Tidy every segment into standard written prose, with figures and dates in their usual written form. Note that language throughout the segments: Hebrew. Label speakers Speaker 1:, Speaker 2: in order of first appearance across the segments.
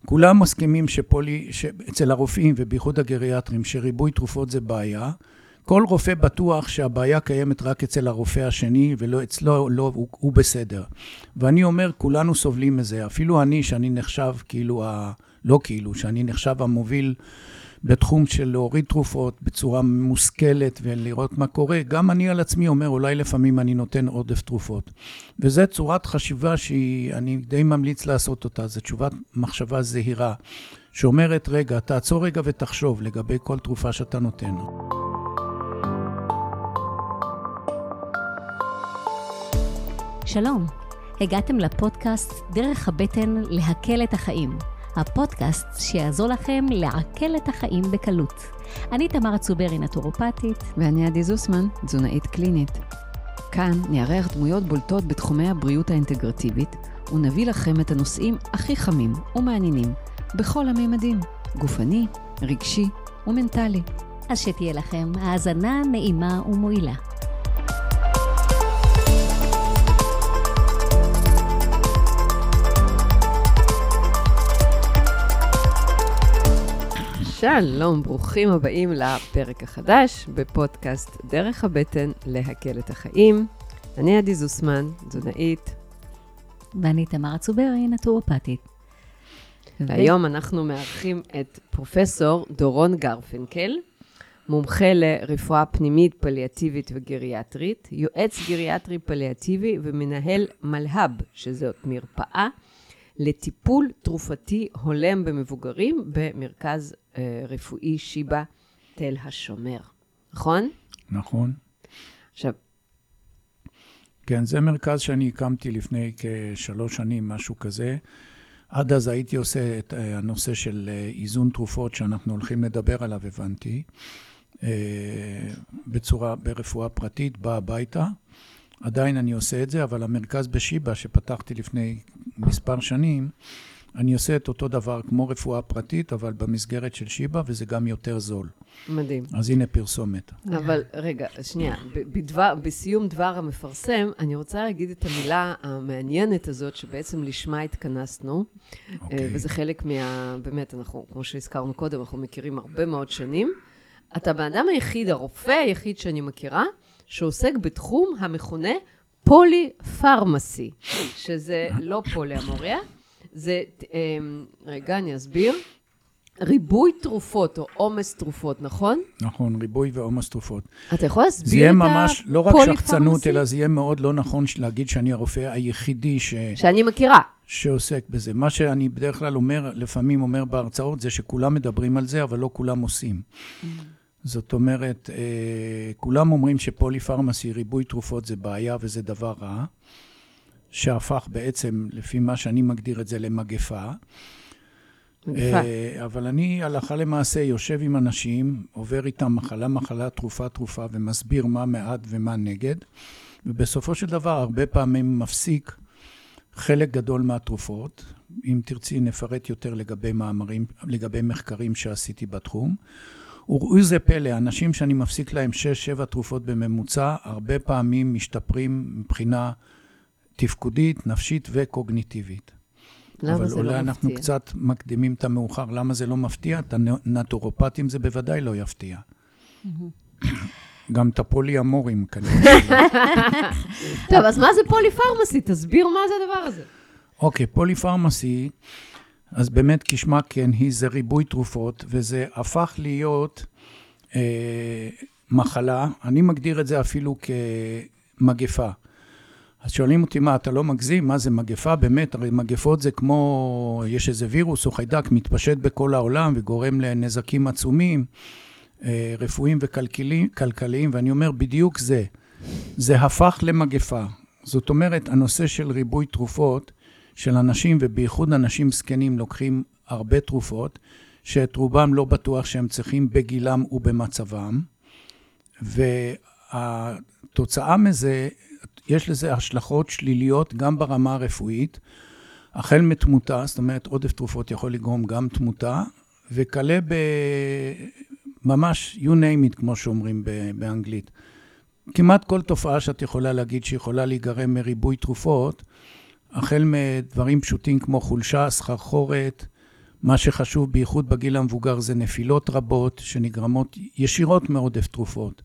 Speaker 1: כולם מסכימים שאצל הרופאים ובייחוד הגריאטרים שריבוי תרופות זה בעיה. כל רופא בטוח שהבעיה קיימת רק אצל הרופא השני ולא אצלו, לא, הוא בסדר. ואני אומר, כולנו סובלים מזה. אפילו אני, שאני נחשב שאני נחשב המוביל בתחום של להוריד תרופות בצורה מושכלת ולראות מה קורה, גם אני על עצמי אומר, אולי לפעמים אני נותן עודף תרופות. וזו צורת חשיבה שאני די ממליץ לעשות אותה, זו תשובת מחשבה זהירה, שאומרת, רגע, תעצור רגע ותחשוב לגבי כל תרופה שאתה נותן.
Speaker 2: שלום, הגעתם לפודקאסט דרך הבטן להקל את החיים. הפודקאסט שיעזור לכם לעכל את החיים בקלות. אני תמר צוברי, נטורופטית.
Speaker 3: ואני עדי זוסמן, תזונאית קלינית. כאן נארח דמויות בולטות בתחומי הבריאות האינטגרטיבית, ונביא לכם את הנושאים הכי חמים ומעניינים, בכל הממדים, גופני, רגשי ומנטלי.
Speaker 2: אז שתהיה לכם האזנה נעימה ומועילה.
Speaker 3: שלום, ברוכים הבאים לפרק החדש בפודקאסט דרך הבטן להקל את החיים. אני עדי זוסמן, תזונאית.
Speaker 2: ואני תמר צוברי, נטורופטית.
Speaker 3: והיום אנחנו מארחים את פרופסור דורון גרפנקל, מומחה לרפואה פנימית, פליאטיבית וגריאטרית, יועץ גריאטרי פליאטיבי ומנהל מלהב, שזאת מרפאה, לטיפול תרופתי הולם במבוגרים במרכז רפואי שיבא תל השומר. נכון?
Speaker 1: נכון.
Speaker 3: עכשיו,
Speaker 1: כן, זה מרכז שאני הקמתי לפני כ3 שנים, משהו כזה. עד אז הייתי עושה את הנושא של איזון תרופות שאנחנו הולכים לדבר עליו, הבנתי, ברפואה פרטית, בא הביתה. עדיין אני עושה את זה, אבל המרכז בשיבא שפתחתי לפני מספר שנים, אני עושה את אותו דבר כמו רפואה פרטית, אבל במסגרת של שיבא, וזה גם יותר זול.
Speaker 3: מדהים.
Speaker 1: אז הנה פרסומת.
Speaker 3: אבל רגע, שנייה, בסיום דבר המפרסם, אני רוצה להגיד את המילה המעניינת הזאת, שבעצם לשמה התכנסנו, וזה חלק באמת, אנחנו, כמו שהזכרנו קודם, אנחנו מכירים הרבה מאוד שנים. אתה באדם היחיד, הרופא היחיד שאני מכירה, שעוסק בתחום המכונה פוליפרמסי, שזה לא פוליאמוריה, זה, רגע, אני אסביר, ריבוי תרופות או עומס תרופות, נכון?
Speaker 1: נכון, ריבוי ועומס תרופות.
Speaker 3: אתה יכול להסביר את
Speaker 1: זה יהיה ממש, לא רק
Speaker 3: הפוליפרמסי?
Speaker 1: שחצנות, אלא זה יהיה מאוד לא נכון להגיד שאני הרופא היחידי
Speaker 3: שאני מכירה.
Speaker 1: שעוסק בזה. מה שאני בדרך כלל אומר, לפעמים אומר בהרצאות, זה שכולם מדברים על זה, אבל לא כולם עושים. זאת אומרת, כולם אומרים שפוליפרמסי, ריבוי תרופות זה בעיה וזה דבר רע, שהפך בעצם, לפי מה שאני מגדיר את זה, למגפה. אבל אני הלכה למעשה יושב עם אנשים, עובר איתם מחלה, תרופה, ומסביר מה מעט ומה נגד, ובסופו של דבר הרבה פעמים מפסיק חלק גדול מהתרופות. אם תרצי נפרט יותר לגבי מחקרים שעשיתי בתחום. וראו זה פלא, אנשים שאני מפסיק להם 6-7 תרופות בממוצע, הרבה פעמים משתפרים מבחינה תפקודית, נפשית וקוגניטיבית.
Speaker 3: למה זה לא מפתיע?
Speaker 1: אבל אולי אנחנו קצת מקדימים את המאוחר. למה זה לא מפתיע? את הנטורופטים זה בוודאי לא יפתיע. גם את הפוליאמורים כנראה.
Speaker 3: טוב, אז מה זה פוליפרמסי? תסביר מה זה הדבר הזה.
Speaker 1: אוקיי, פוליפרמסי, אז באמת כשמה כן, זה ריבוי תרופות, וזה הפך להיות מחלה. אני מגדיר את זה אפילו כמגפה. אז שואלים אותי, מה, אתה לא מגזים? מה זה מגפה? באמת, הרי מגפות זה כמו, יש איזה וירוס או חיידק מתפשט בכל העולם וגורם לנזקים עצומים, רפואיים וכלכליים, ואני אומר, בדיוק זה הפך למגפה. זאת אומרת, הנושא של ריבוי תרופות של אנשים, ובייחוד אנשים זקנים, לוקחים הרבה תרופות, שאת רובם לא בטוח שהם צריכים בגילם ובמצבם, והתוצאה מזה, יש לזה השלכות שליליות גם ברמה הרפואית, החל מתמותה, זאת אומרת עודף תרופות יכול לגרום גם תמותה, וכלה ממש you name it כמו שאומרים באנגלית. כמעט כל תופעה שאת יכולה להגיד שיכולה להיגרם מריבוי תרופות, החל מדברים פשוטים כמו חולשה, סחרחורת, מה שחשוב בייחוד בגיל המבוגר זה נפילות רבות שנגרמות ישירות מעודף תרופות.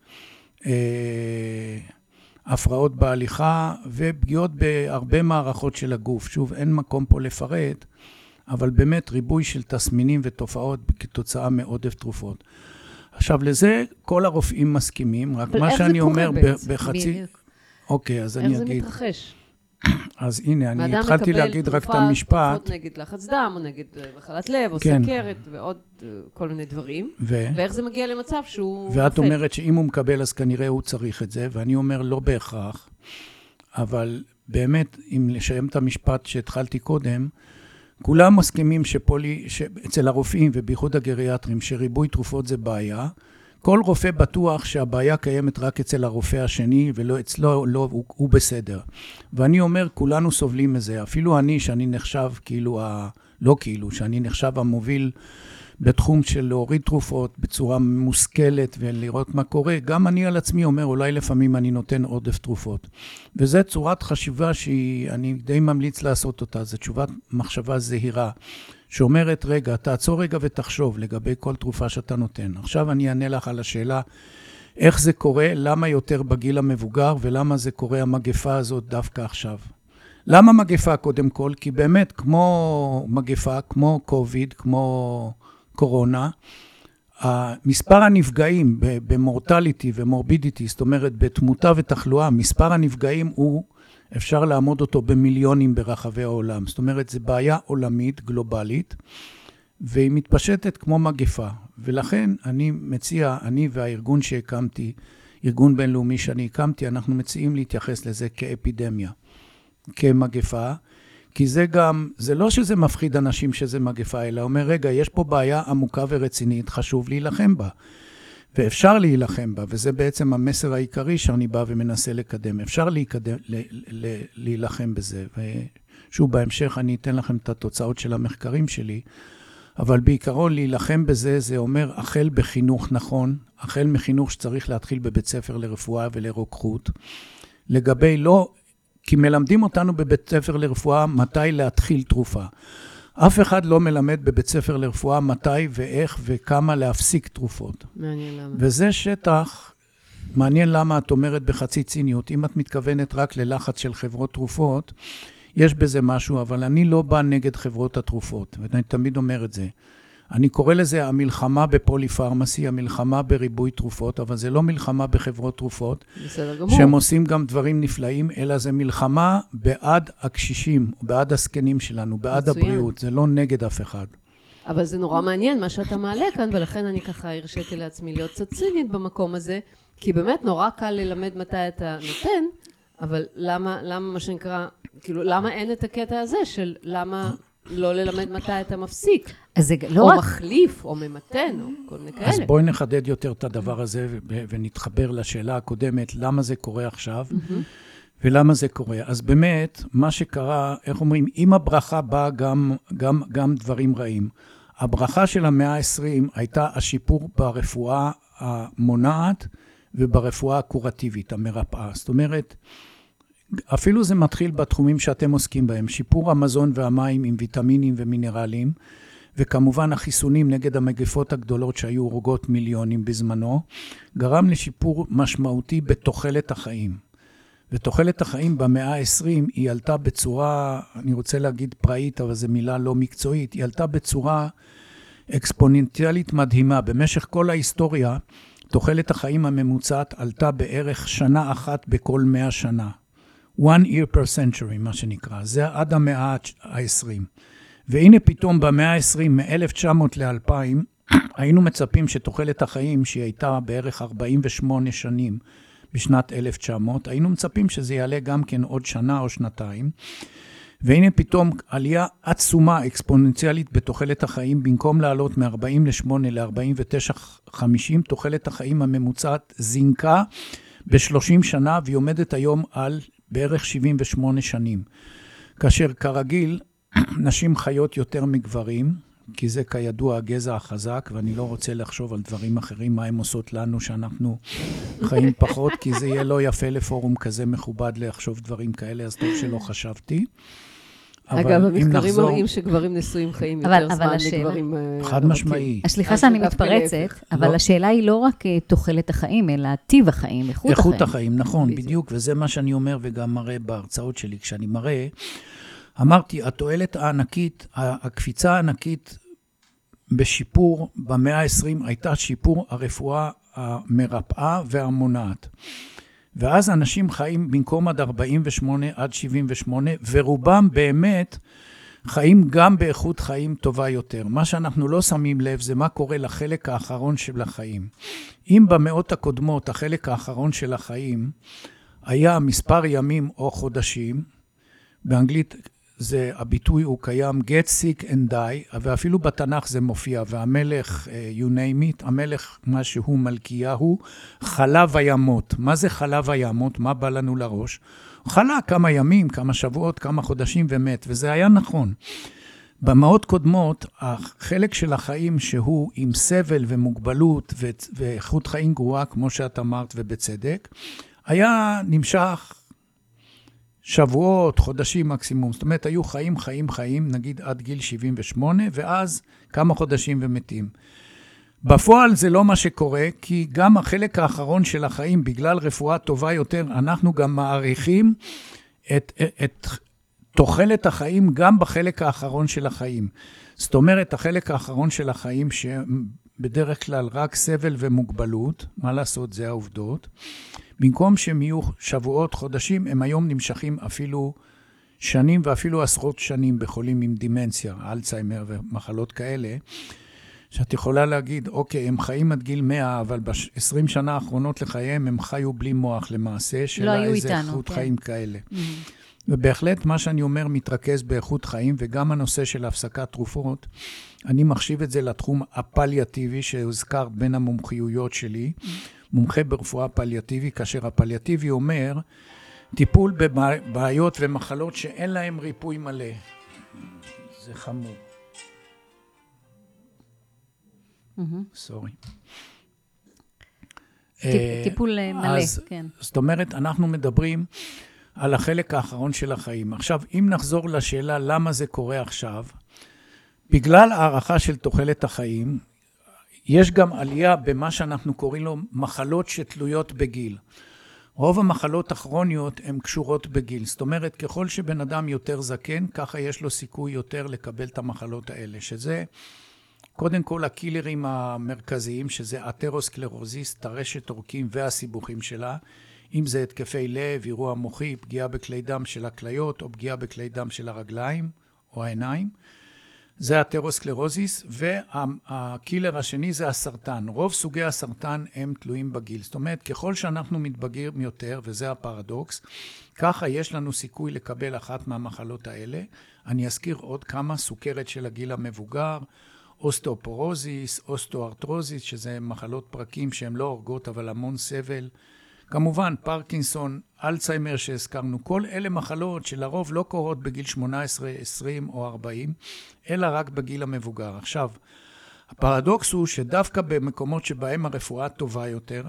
Speaker 1: הפרעות בהליכה ופגיעות בהרבה מערכות של הגוף. שוב, אין מקום פה לפרט, אבל באמת ריבוי של תסמינים ותופעות כתוצאה מעודף תרופות. עכשיו, לזה כל הרופאים מסכימים, רק מה שאני אומר בחצי... אוקיי, אז אני אגיד...
Speaker 3: איך זה מתרחש?
Speaker 1: אז הנה, אני התחלתי להגיד רק את המשפט.
Speaker 3: תרופות נגד לחץ דם, או נגד מחלת לב, או סכרת, ועוד כל מיני דברים. ואיך זה מגיע למצב שהוא...
Speaker 1: ואת אומרת שאם הוא מקבל, אז כנראה הוא צריך את זה, ואני אומר לא בהכרח, אבל באמת, אם לשיים את המשפט שהתחלתי קודם, כולם מסכימים אצל הרופאים ובייחוד הגריאטרים, שריבוי תרופות זה בעיה. כל רופא בטוח שהבעיה קיימת רק אצל הרופא השני, ולא אצלו, הוא בסדר. ואני אומר, כולנו סובלים מזה. אפילו אני, שאני נחשב שאני נחשב המוביל בתחום של להוריד תרופות בצורה מושכלת ולראות מה קורה, גם אני על עצמי אומר, אולי לפעמים אני נותן עודף תרופות. וזו צורת חשיבה שאני די ממליץ לעשות אותה. זו תשובת מחשבה זהירה. שאומרת, רגע, תעצור רגע ותחשוב לגבי כל תרופה שאתה נותן. עכשיו אני אענה לך על השאלה, איך זה קורה, למה יותר בגיל המבוגר, ולמה זה קורה המגפה הזאת דווקא עכשיו. למה מגפה קודם כל? כי באמת כמו מגפה, כמו קוביד, כמו קורונה, מספר הנפגעים במורטליטי ומורבידיטי, זאת אומרת בתמותה ותחלואה, מספר הנפגעים הוא אפשר לעמוד אותו במיליונים ברחבי העולם. זאת אומרת, זו בעיה עולמית, גלובלית, והיא מתפשטת כמו מגפה. ולכן אני מציע, אני והארגון שהקמתי, ארגון בינלאומי שאני הקמתי, אנחנו מציעים להתייחס לזה כאפידמיה, כמגפה, כי זה לא שזה מפחיד אנשים שזה מגפה, אלא אומר, רגע, יש פה בעיה עמוקה ורצינית, חשוב להילחם בה. ואפשר להילחם בה, וזה בעצם המסר העיקרי שאני בא ומנסה לקדם. אפשר להילחם בזה, ושוב, בהמשך אני אתן לכם את התוצאות של המחקרים שלי, אבל בעיקרון להילחם בזה, זה אומר החל בחינוך נכון, החל מחינוך שצריך להתחיל בבית ספר לרפואה ולרוקחות, לגבי לא, כי מלמדים אותנו בבית ספר לרפואה מתי להתחיל תרופה. אף אחד לא מלמד בבית ספר לרפואה מתי ואיך וכמה להפסיק תרופות.
Speaker 3: מעניין למה.
Speaker 1: וזה שטח, מעניין למה את אומרת בחצי ציניות, אם את מתכוונת רק ללחץ של חברות תרופות, יש בזה משהו, אבל אני לא בא נגד חברות התרופות, ואני תמיד אומר את זה. אני קורא לזה המלחמה בפוליפרמסי, המלחמה בריבוי תרופות, אבל זה לא מלחמה בחברות תרופות, שהם עושים גם דברים נפלאים, אלא זה מלחמה בעד הקשישים, בעד הזקנים שלנו, בעד הבריאות, זה לא נגד אף אחד.
Speaker 3: אבל זה נורא מעניין מה שאתה מעלה כאן, ולכן אני ככה הרשיתי לעצמי להיות קצת צינית במקום הזה, כי באמת נורא קל ללמד מתי אתה נותן, אבל למה מה שנקרא, כאילו, למה אין את הקטע הזה של למה לא ללמד מתי אתה מפסיק? או מחליף, או ממתן, או כל מיני כאלה.
Speaker 1: אז בואי נחדד יותר את הדבר הזה, ונתחבר לשאלה הקודמת, למה זה קורה עכשיו, ולמה זה קורה. אז באמת, מה שקרה, איך אומרים, עם הברכה באה גם דברים רעים. הברכה של המאה ה-20 הייתה השיפור ברפואה המונעת, וברפואה הקורטיבית, המרפאה. זאת אומרת, אפילו זה מתחיל בתחומים שאתם עוסקים בהם, שיפור המזון והמים עם ויטמינים ומינרלים, וכמובן החיסונים נגד המגפות הגדולות שהיו הורגות מיליונים בזמנו, גרם לשיפור משמעותי בתוחלת החיים. ותוחלת החיים במאה ה-20 היא עלתה בצורה, אני רוצה להגיד פראית, אבל זו מילה לא מקצועית, היא עלתה בצורה אקספוננציאלית מדהימה. במשך כל ההיסטוריה, תוחלת החיים הממוצעת עלתה בערך שנה אחת בכל 100 שנה. 1 year per century, מה שנקרא. זה עד המאה ה-20. והנה פתאום במאה ה-20, מ-1900 ל-2000, היינו מצפים שתוחלת החיים, שהיא הייתה בערך 48 שנים בשנת 1900, היינו מצפים שזה יעלה גם כן עוד שנה או שנתיים. והנה פתאום עלייה עצומה אקספוננציאלית בתוחלת החיים, במקום לעלות מ-48 ל-49-50, תוחלת החיים הממוצעת זינקה ב-30 שנה, והיא עומדת היום על בערך 78 שנים. כאשר כרגיל, נשים חיות יותר מגברים, כי זה כידוע הגזע החזק, ואני לא רוצה לחשוב על דברים אחרים, מה הם עושות לנו שאנחנו חיים פחות, כי זה יהיה לא יפה לפורום כזה מכובד לחשוב דברים כאלה, אז טוב שלא חשבתי.
Speaker 3: אגב, המחקרים מראים שגברים נשואים חיים יותר זמן לגברים...
Speaker 1: חד משמעי.
Speaker 2: סליחה שאני מתפרצת, אבל השאלה היא לא רק תוחלת החיים, אלא טיב החיים, איכות החיים.
Speaker 1: איכות החיים, נכון, בדיוק, וזה מה שאני אומר וגם מראה בהרצאות שלי. כשאני מראה, אמרתי, התועלת הענקית, הקפיצה הענקית בשיפור במאה ה-20 הייתה שיפור הרפואה המרפאה והמונעת. ואז אנשים חיים במקום עד 48 עד 78, ורובם באמת חיים גם באיכות חיים טובה יותר. מה שאנחנו לא שמים לב זה מה קורה לחלק האחרון של החיים. אם במאות הקודמות החלק האחרון של החיים היה מספר ימים או חודשים, באנגלית זה הביטוי הוא קיים, get sick and die, ואפילו בתנ"ך זה מופיע, והמלך, you name it, המלך מה שהוא מלכיהו, חלה וימות. מה זה חלה וימות? מה בא לנו לראש? חלה כמה ימים, כמה שבועות, כמה חודשים ומת, וזה היה נכון. במאות קודמות, החלק של החיים שהוא עם סבל ומוגבלות ואיכות חיים גרועה, כמו שאת אמרת ובצדק, היה נמשך שבועות, חודשים מקסימום. זאת אומרת, היו חיים, נגיד עד גיל 78, ואז כמה חודשים ומתים. בפועל זה לא מה שקורה, כי גם החלק האחרון של החיים, בגלל רפואה טובה יותר, אנחנו גם מעריכים את תוחלת החיים גם בחלק האחרון של החיים. זאת אומרת, החלק האחרון של החיים, שבדרך כלל רק סבל ומוגבלות, מה לעשות, זה העובדות, במקום שהם יהיו שבועות, חודשים, הם היום נמשכים אפילו שנים ואפילו עשרות שנים בחולים עם דימנציה, אלצהיימר ומחלות כאלה, שאת יכולה להגיד, אוקיי, הם חיים עד גיל 100, אבל ב-20 שנה האחרונות לחייהם הם חיו בלי מוח למעשה,
Speaker 2: לא איזה
Speaker 1: איכות חיים כאלה. ובהחלט מה שאני אומר מתרכז באיכות חיים, וגם הנושא של הפסקת תרופות, אני מחשיב את זה לתחום הפליאטיבי שהוזכר בין המומחיויות שלי, מומחה ברפואה פליאטיבי, כאשר הפליאטיבי אומר, טיפול בבעיות ומחלות שאין להם ריפוי מלא. זה חמור. סורי.
Speaker 2: טיפול מלא, כן.
Speaker 1: זאת אומרת, אנחנו מדברים על החלק האחרון של החיים. עכשיו, אם נחזור לשאלה למה זה קורה עכשיו, בגלל הערכה של תוחלת החיים, יש גם עלייה במה שאנחנו קוראים לו מחלות שתלויות בגיל. רוב המחלות הכרוניות הן קשורות בגיל. זאת אומרת, ככל שבן אדם יותר זקן, ככה יש לו סיכוי יותר לקבל את המחלות האלה, שזה קודם כל הקילרים המרכזיים, שזה אתרוסקלרוזיס, טרשת עורקים והסיבוכים שלה, אם זה התקפי לב, אירוע מוחי, פגיעה בכלי דם של הכליות, או פגיעה בכלי דם של הרגליים או העיניים. זה אתרוסקלרוזיס, והקילר השני זה הסרטן. רוב סוגי הסרטן הם תלויים בגיל. זאת אומרת, ככל שאנחנו מתבגרים יותר, וזה הפרדוקס, ככה יש לנו סיכוי לקבל אחת מהמחלות האלה. אני אזכיר עוד כמה, סוכרת של הגיל המבוגר, אוסטאופורוזיס, אוסטוארטרוזיס, שזה מחלות פרקים שהן לא הורגות, אבל המון סבל. כמובן, פרקינסון, אלצהיימר שהזכרנו, כל אלה מחלות שלרוב לא קורות בגיל 18, 20 או 40, אלא רק בגיל המבוגר. עכשיו, הפרדוקס הוא שדווקא במקומות שבהם הרפואה טובה יותר,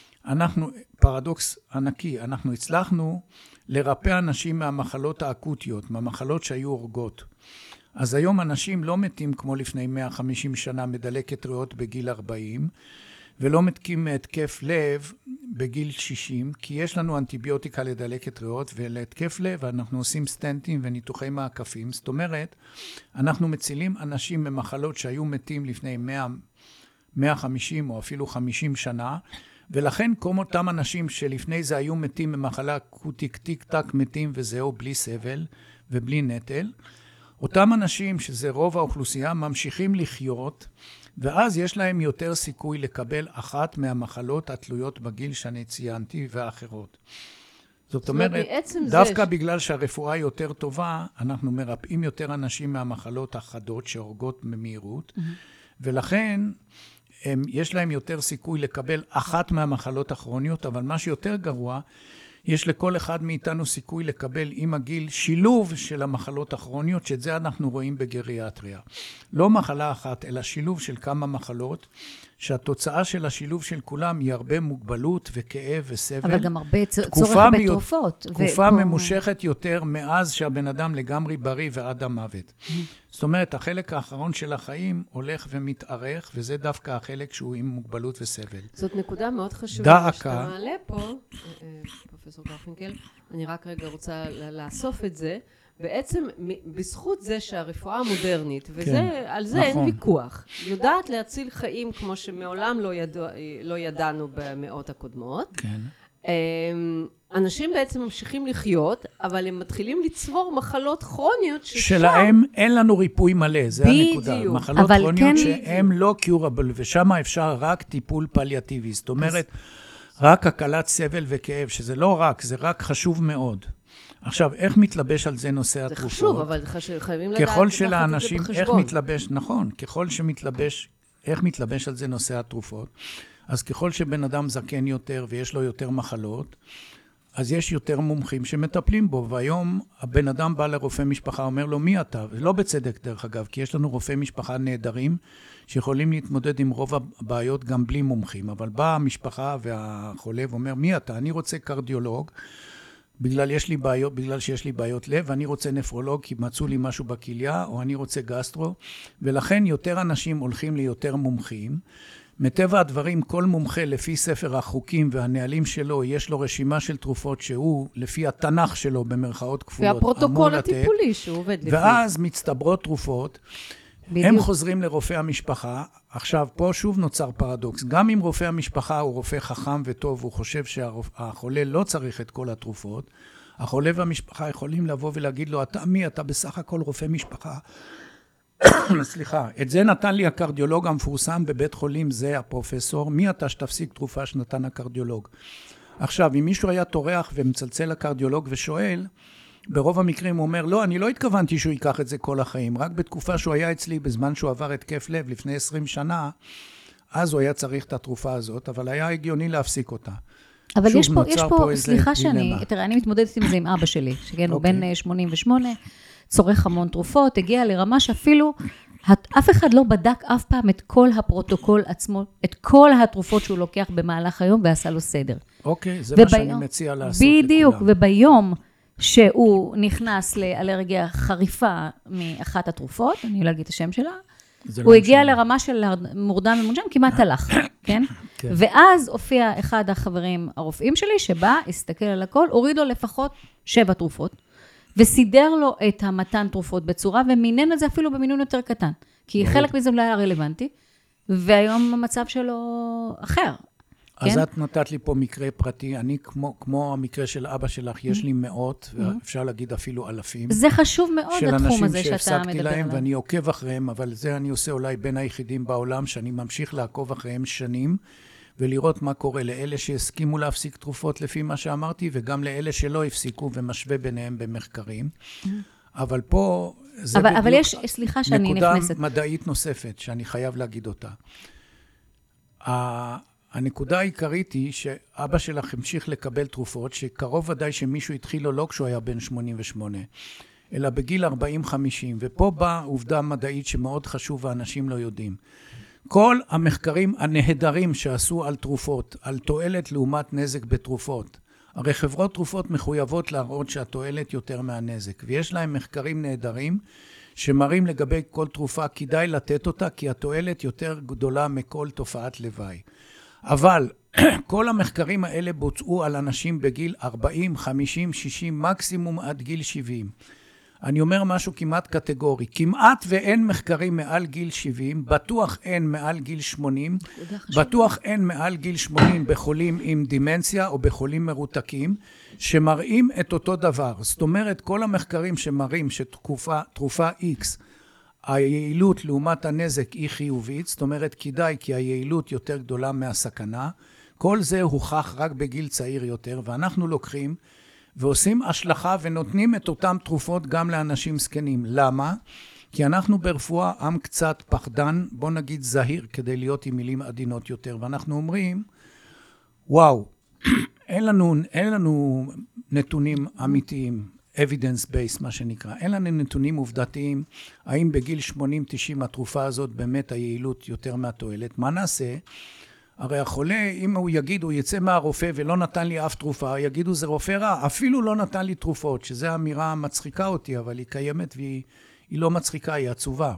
Speaker 1: פרדוקס ענקי, אנחנו הצלחנו לרפא אנשים מהמחלות האקוטיות, מהמחלות שהיו הורגות. אז היום אנשים לא מתים כמו לפני 150 שנה מדלקת ריאות בגיל 40, ולא מתקים מהתקף לב בגיל 60, כי יש לנו אנטיביוטיקה לדלקת ריאות ולהתקף לב, ואנחנו עושים סטנטים וניתוחי מעקפים. זאת אומרת, אנחנו מצילים אנשים ממחלות שהיו מתים לפני 150 או אפילו 50 שנה, ולכן כל אותם אנשים שלפני זה היו מתים ממחלה אקוטית, טיק טק מתים וזהו, בלי סבל ובלי נטל. אותם אנשים, שזה רוב האוכלוסייה, ממשיכים לחיות, ואז יש להם יותר סיכוי לקבל אחת מהמחלות התלויות בגיל שאני ציינתי ואחרות. זאת אומרת, דווקא בגלל שהרפואה יותר טובה, אנחנו מרפאים יותר אנשים מהמחלות החדות שהורגות במהירות, ולכן יש להם יותר סיכוי לקבל אחת מהמחלות הכרוניות, אבל מה שיותר גרוע, יש לכל אחד מאיתנו סיכוי לקבל עם הגיל שילוב של המחלות הכרוניות, שאת זה אנחנו רואים בגריאטריה. לא מחלה אחת, אלא שילוב של כמה מחלות, שהתוצאה של השילוב של כולם היא הרבה מוגבלות וכאב וסבל.
Speaker 2: אבל גם הרבה צורך בתרופות.
Speaker 1: תקופה ממושכת יותר מאז שהבן אדם לגמרי בריא ועד המוות. זאת אומרת, החלק האחרון של החיים הולך ומתארך, וזה דווקא החלק שהוא עם מוגבלות וסבל.
Speaker 3: זאת נקודה מאוד חשובה שאתה מעלה פה, פרופסור גרפינקל, אני רק רגע רוצה לאסוף את זה, בעצם בזכות זה שהרפואה המודרנית, ועל זה אין ויכוח, יודעת להציל חיים כמו שמעולם לא ידענו במאות הקודמות.
Speaker 1: כן.
Speaker 3: אנשים בעצם ממשיכים לחיות, אבל הם מתחילים לצבור מחלות כרוניות
Speaker 1: שלהם אין לנו ריפוי מלא, זה הנקודה. מחלות כרוניות שהן לא קיורבל, ושם אפשר רק טיפול פליאטיבי. זאת אומרת, רק הקלת סבל וכאב, שזה לא רק, זה רק חשוב מאוד. עכשיו, איך מתלבש על זה נושא התרופות?
Speaker 3: זה חשוב, אבל חייבים לדעת
Speaker 1: ככל שלאנשים, איך מתלבש, נכון, ככל שמתלבש, איך מתלבש על זה נושא התרופות? אז ככל שבן אדם זקן יותר ויש לו יותר מחלות, אז יש יותר מומחים שמטפלים בו, והיום הבן אדם בא לרופא משפחה, אומר לו, מי אתה? ולא בצדק דרך אגב, כי יש לנו רופאי משפחה נהדרים, שיכולים להתמודד עם רוב הבעיות גם בלי מומחים, אבל באה המשפחה והחולה ואומר, מי אתה? אני רוצה קרדיולוג, בגלל שיש לי בעיות לב, ואני רוצה נפרולוג, כי מצאו לי משהו בכליה, או אני רוצה גסטרו, ולכן יותר אנשים הולכים ליותר מומחים, מטבע הדברים, כל מומחה לפי ספר החוקים והנהלים שלו, יש לו רשימה של תרופות שהוא, לפי התנ"ך שלו, במרכאות כפולות,
Speaker 3: והפרוטוקול הטיפולי שהוא עובד לפי.
Speaker 1: ואז מצטברות תרופות, בדיוק. הם חוזרים לרופא המשפחה. עכשיו, פה שוב נוצר פרדוקס. גם אם רופא המשפחה הוא רופא חכם וטוב, הוא חושב שהחולה לא צריך את כל התרופות, החולה והמשפחה יכולים לבוא ולהגיד לו, אתה מי? אתה בסך הכל רופא משפחה. סליחה, את זה נתן לי הקרדיולוג המפורסם בבית חולים, זה הפרופסור, מי אתה שתפסיק תרופה שנתן הקרדיולוג? עכשיו, אם מישהו היה טורח ומצלצל לקרדיולוג ושואל, ברוב המקרים הוא אומר, לא, אני לא התכוונתי שהוא ייקח את זה כל החיים, רק בתקופה שהוא היה אצלי, בזמן שהוא עבר התקף לב לפני 20 שנה, אז הוא היה צריך את התרופה הזאת, אבל היה הגיוני להפסיק אותה.
Speaker 2: אבל יש פה, סליחה תראה, אני מתמודדת עם זה עם אבא שלי, שכן הוא בן 88, צורך המון תרופות, הגיע לרמה שאפילו אף אחד לא בדק אף פעם את כל הפרוטוקול עצמו, את כל התרופות שהוא לוקח במהלך היום ועשה לו סדר.
Speaker 1: אוקיי, זה מה שאני מציע לעשות לכולם.
Speaker 2: בדיוק, וביום שהוא נכנס לאלרגיה חריפה מאחת התרופות, אני לא אגיד את השם שלה, הוא הגיע לרמה של מורדם ומונשם, כמעט הלך, כן? ואז הופיע אחד החברים הרופאים שלי, שבא, הסתכל על הכל, הוריד לו לפחות 7 תרופות, וסידר לו את המתן תרופות בצורה, ומינן את זה אפילו במינון יותר קטן, כי חלק מזה לא היה רלוונטי, והיום המצב שלו אחר.
Speaker 1: אז את נתת לי פה מקרה פרטי, אני כמו המקרה של אבא שלך, יש לי מאות, ואפשר להגיד אפילו אלפים.
Speaker 2: זה חשוב מאוד התחום הזה שאתה מדבר עליו.
Speaker 1: של אנשים שהפסקתי להם ואני עוקב אחריהם, אבל זה אני עושה אולי בין היחידים בעולם, שאני ממשיך לעקוב אחריהם שנים, ולראות מה קורה לאלה שהסכימו להפסיק תרופות לפי מה שאמרתי, וגם לאלה שלא הפסיקו ומשווה ביניהם במחקרים. אבל פה זה
Speaker 2: אבל יש, סליחה שאני נכנסת.
Speaker 1: נקודה מדעית נוספת שאני חייב להגיד אותה. הנקודה העיקרית היא שאבא שלך המשיך לקבל תרופות, שקרוב ודאי שמישהו התחיל לו לא כשהוא היה בן 88, אלא בגיל 40-50, ופה באה עובדה מדעית שמאוד חשוב ואנשים לא יודעים. כל המחקרים הנהדרים שעשו על תרופות, על תועלת לעומת נזק בתרופות, הרי חברות תרופות מחויבות להראות שהתועלת יותר מהנזק, ויש להם מחקרים נהדרים שמראים לגבי כל תרופה כדאי לתת אותה, כי התועלת יותר גדולה מכל תופעת לוואי. אבל כל המחקרים האלה בוצעו על אנשים בגיל 40, 50, 60, מקסימום עד גיל 70. אני אומר משהו כמעט קטגורי, כמעט ואין מחקרים מעל גיל 70, בטוח אין מעל גיל 80, בטוח אין מעל גיל 80 בחולים עם דימנציה או בחולים מרותקים, שמראים את אותו דבר. זאת אומרת, כל המחקרים שמראים שתרופה X, היעילות לעומת הנזק היא חיובית, זאת אומרת כדאי כי היעילות יותר גדולה מהסכנה, כל זה הוכח רק בגיל צעיר יותר, ואנחנו לוקחים ועושים השלכה ונותנים את אותם תרופות גם לאנשים זקנים. למה? כי אנחנו ברפואה עם קצת פחדן, בוא נגיד זהיר, כדי להיות עם מילים עדינות יותר, ואנחנו אומרים, וואו, אין לנו נתונים אמיתיים, evidence based מה שנקרא, אין לנו נתונים עובדתיים, האם בגיל 80-90 התרופה הזאת באמת היעילות יותר מהתועלת, מה נעשה? הרי החולה, אם הוא יגיד, הוא יצא מהרופא ולא נתן לי אף תרופה, יגידו זה רופא רע, אפילו לא נתן לי תרופות, שזו אמירה מצחיקה אותי, אבל היא קיימת והיא לא מצחיקה, היא עצובה.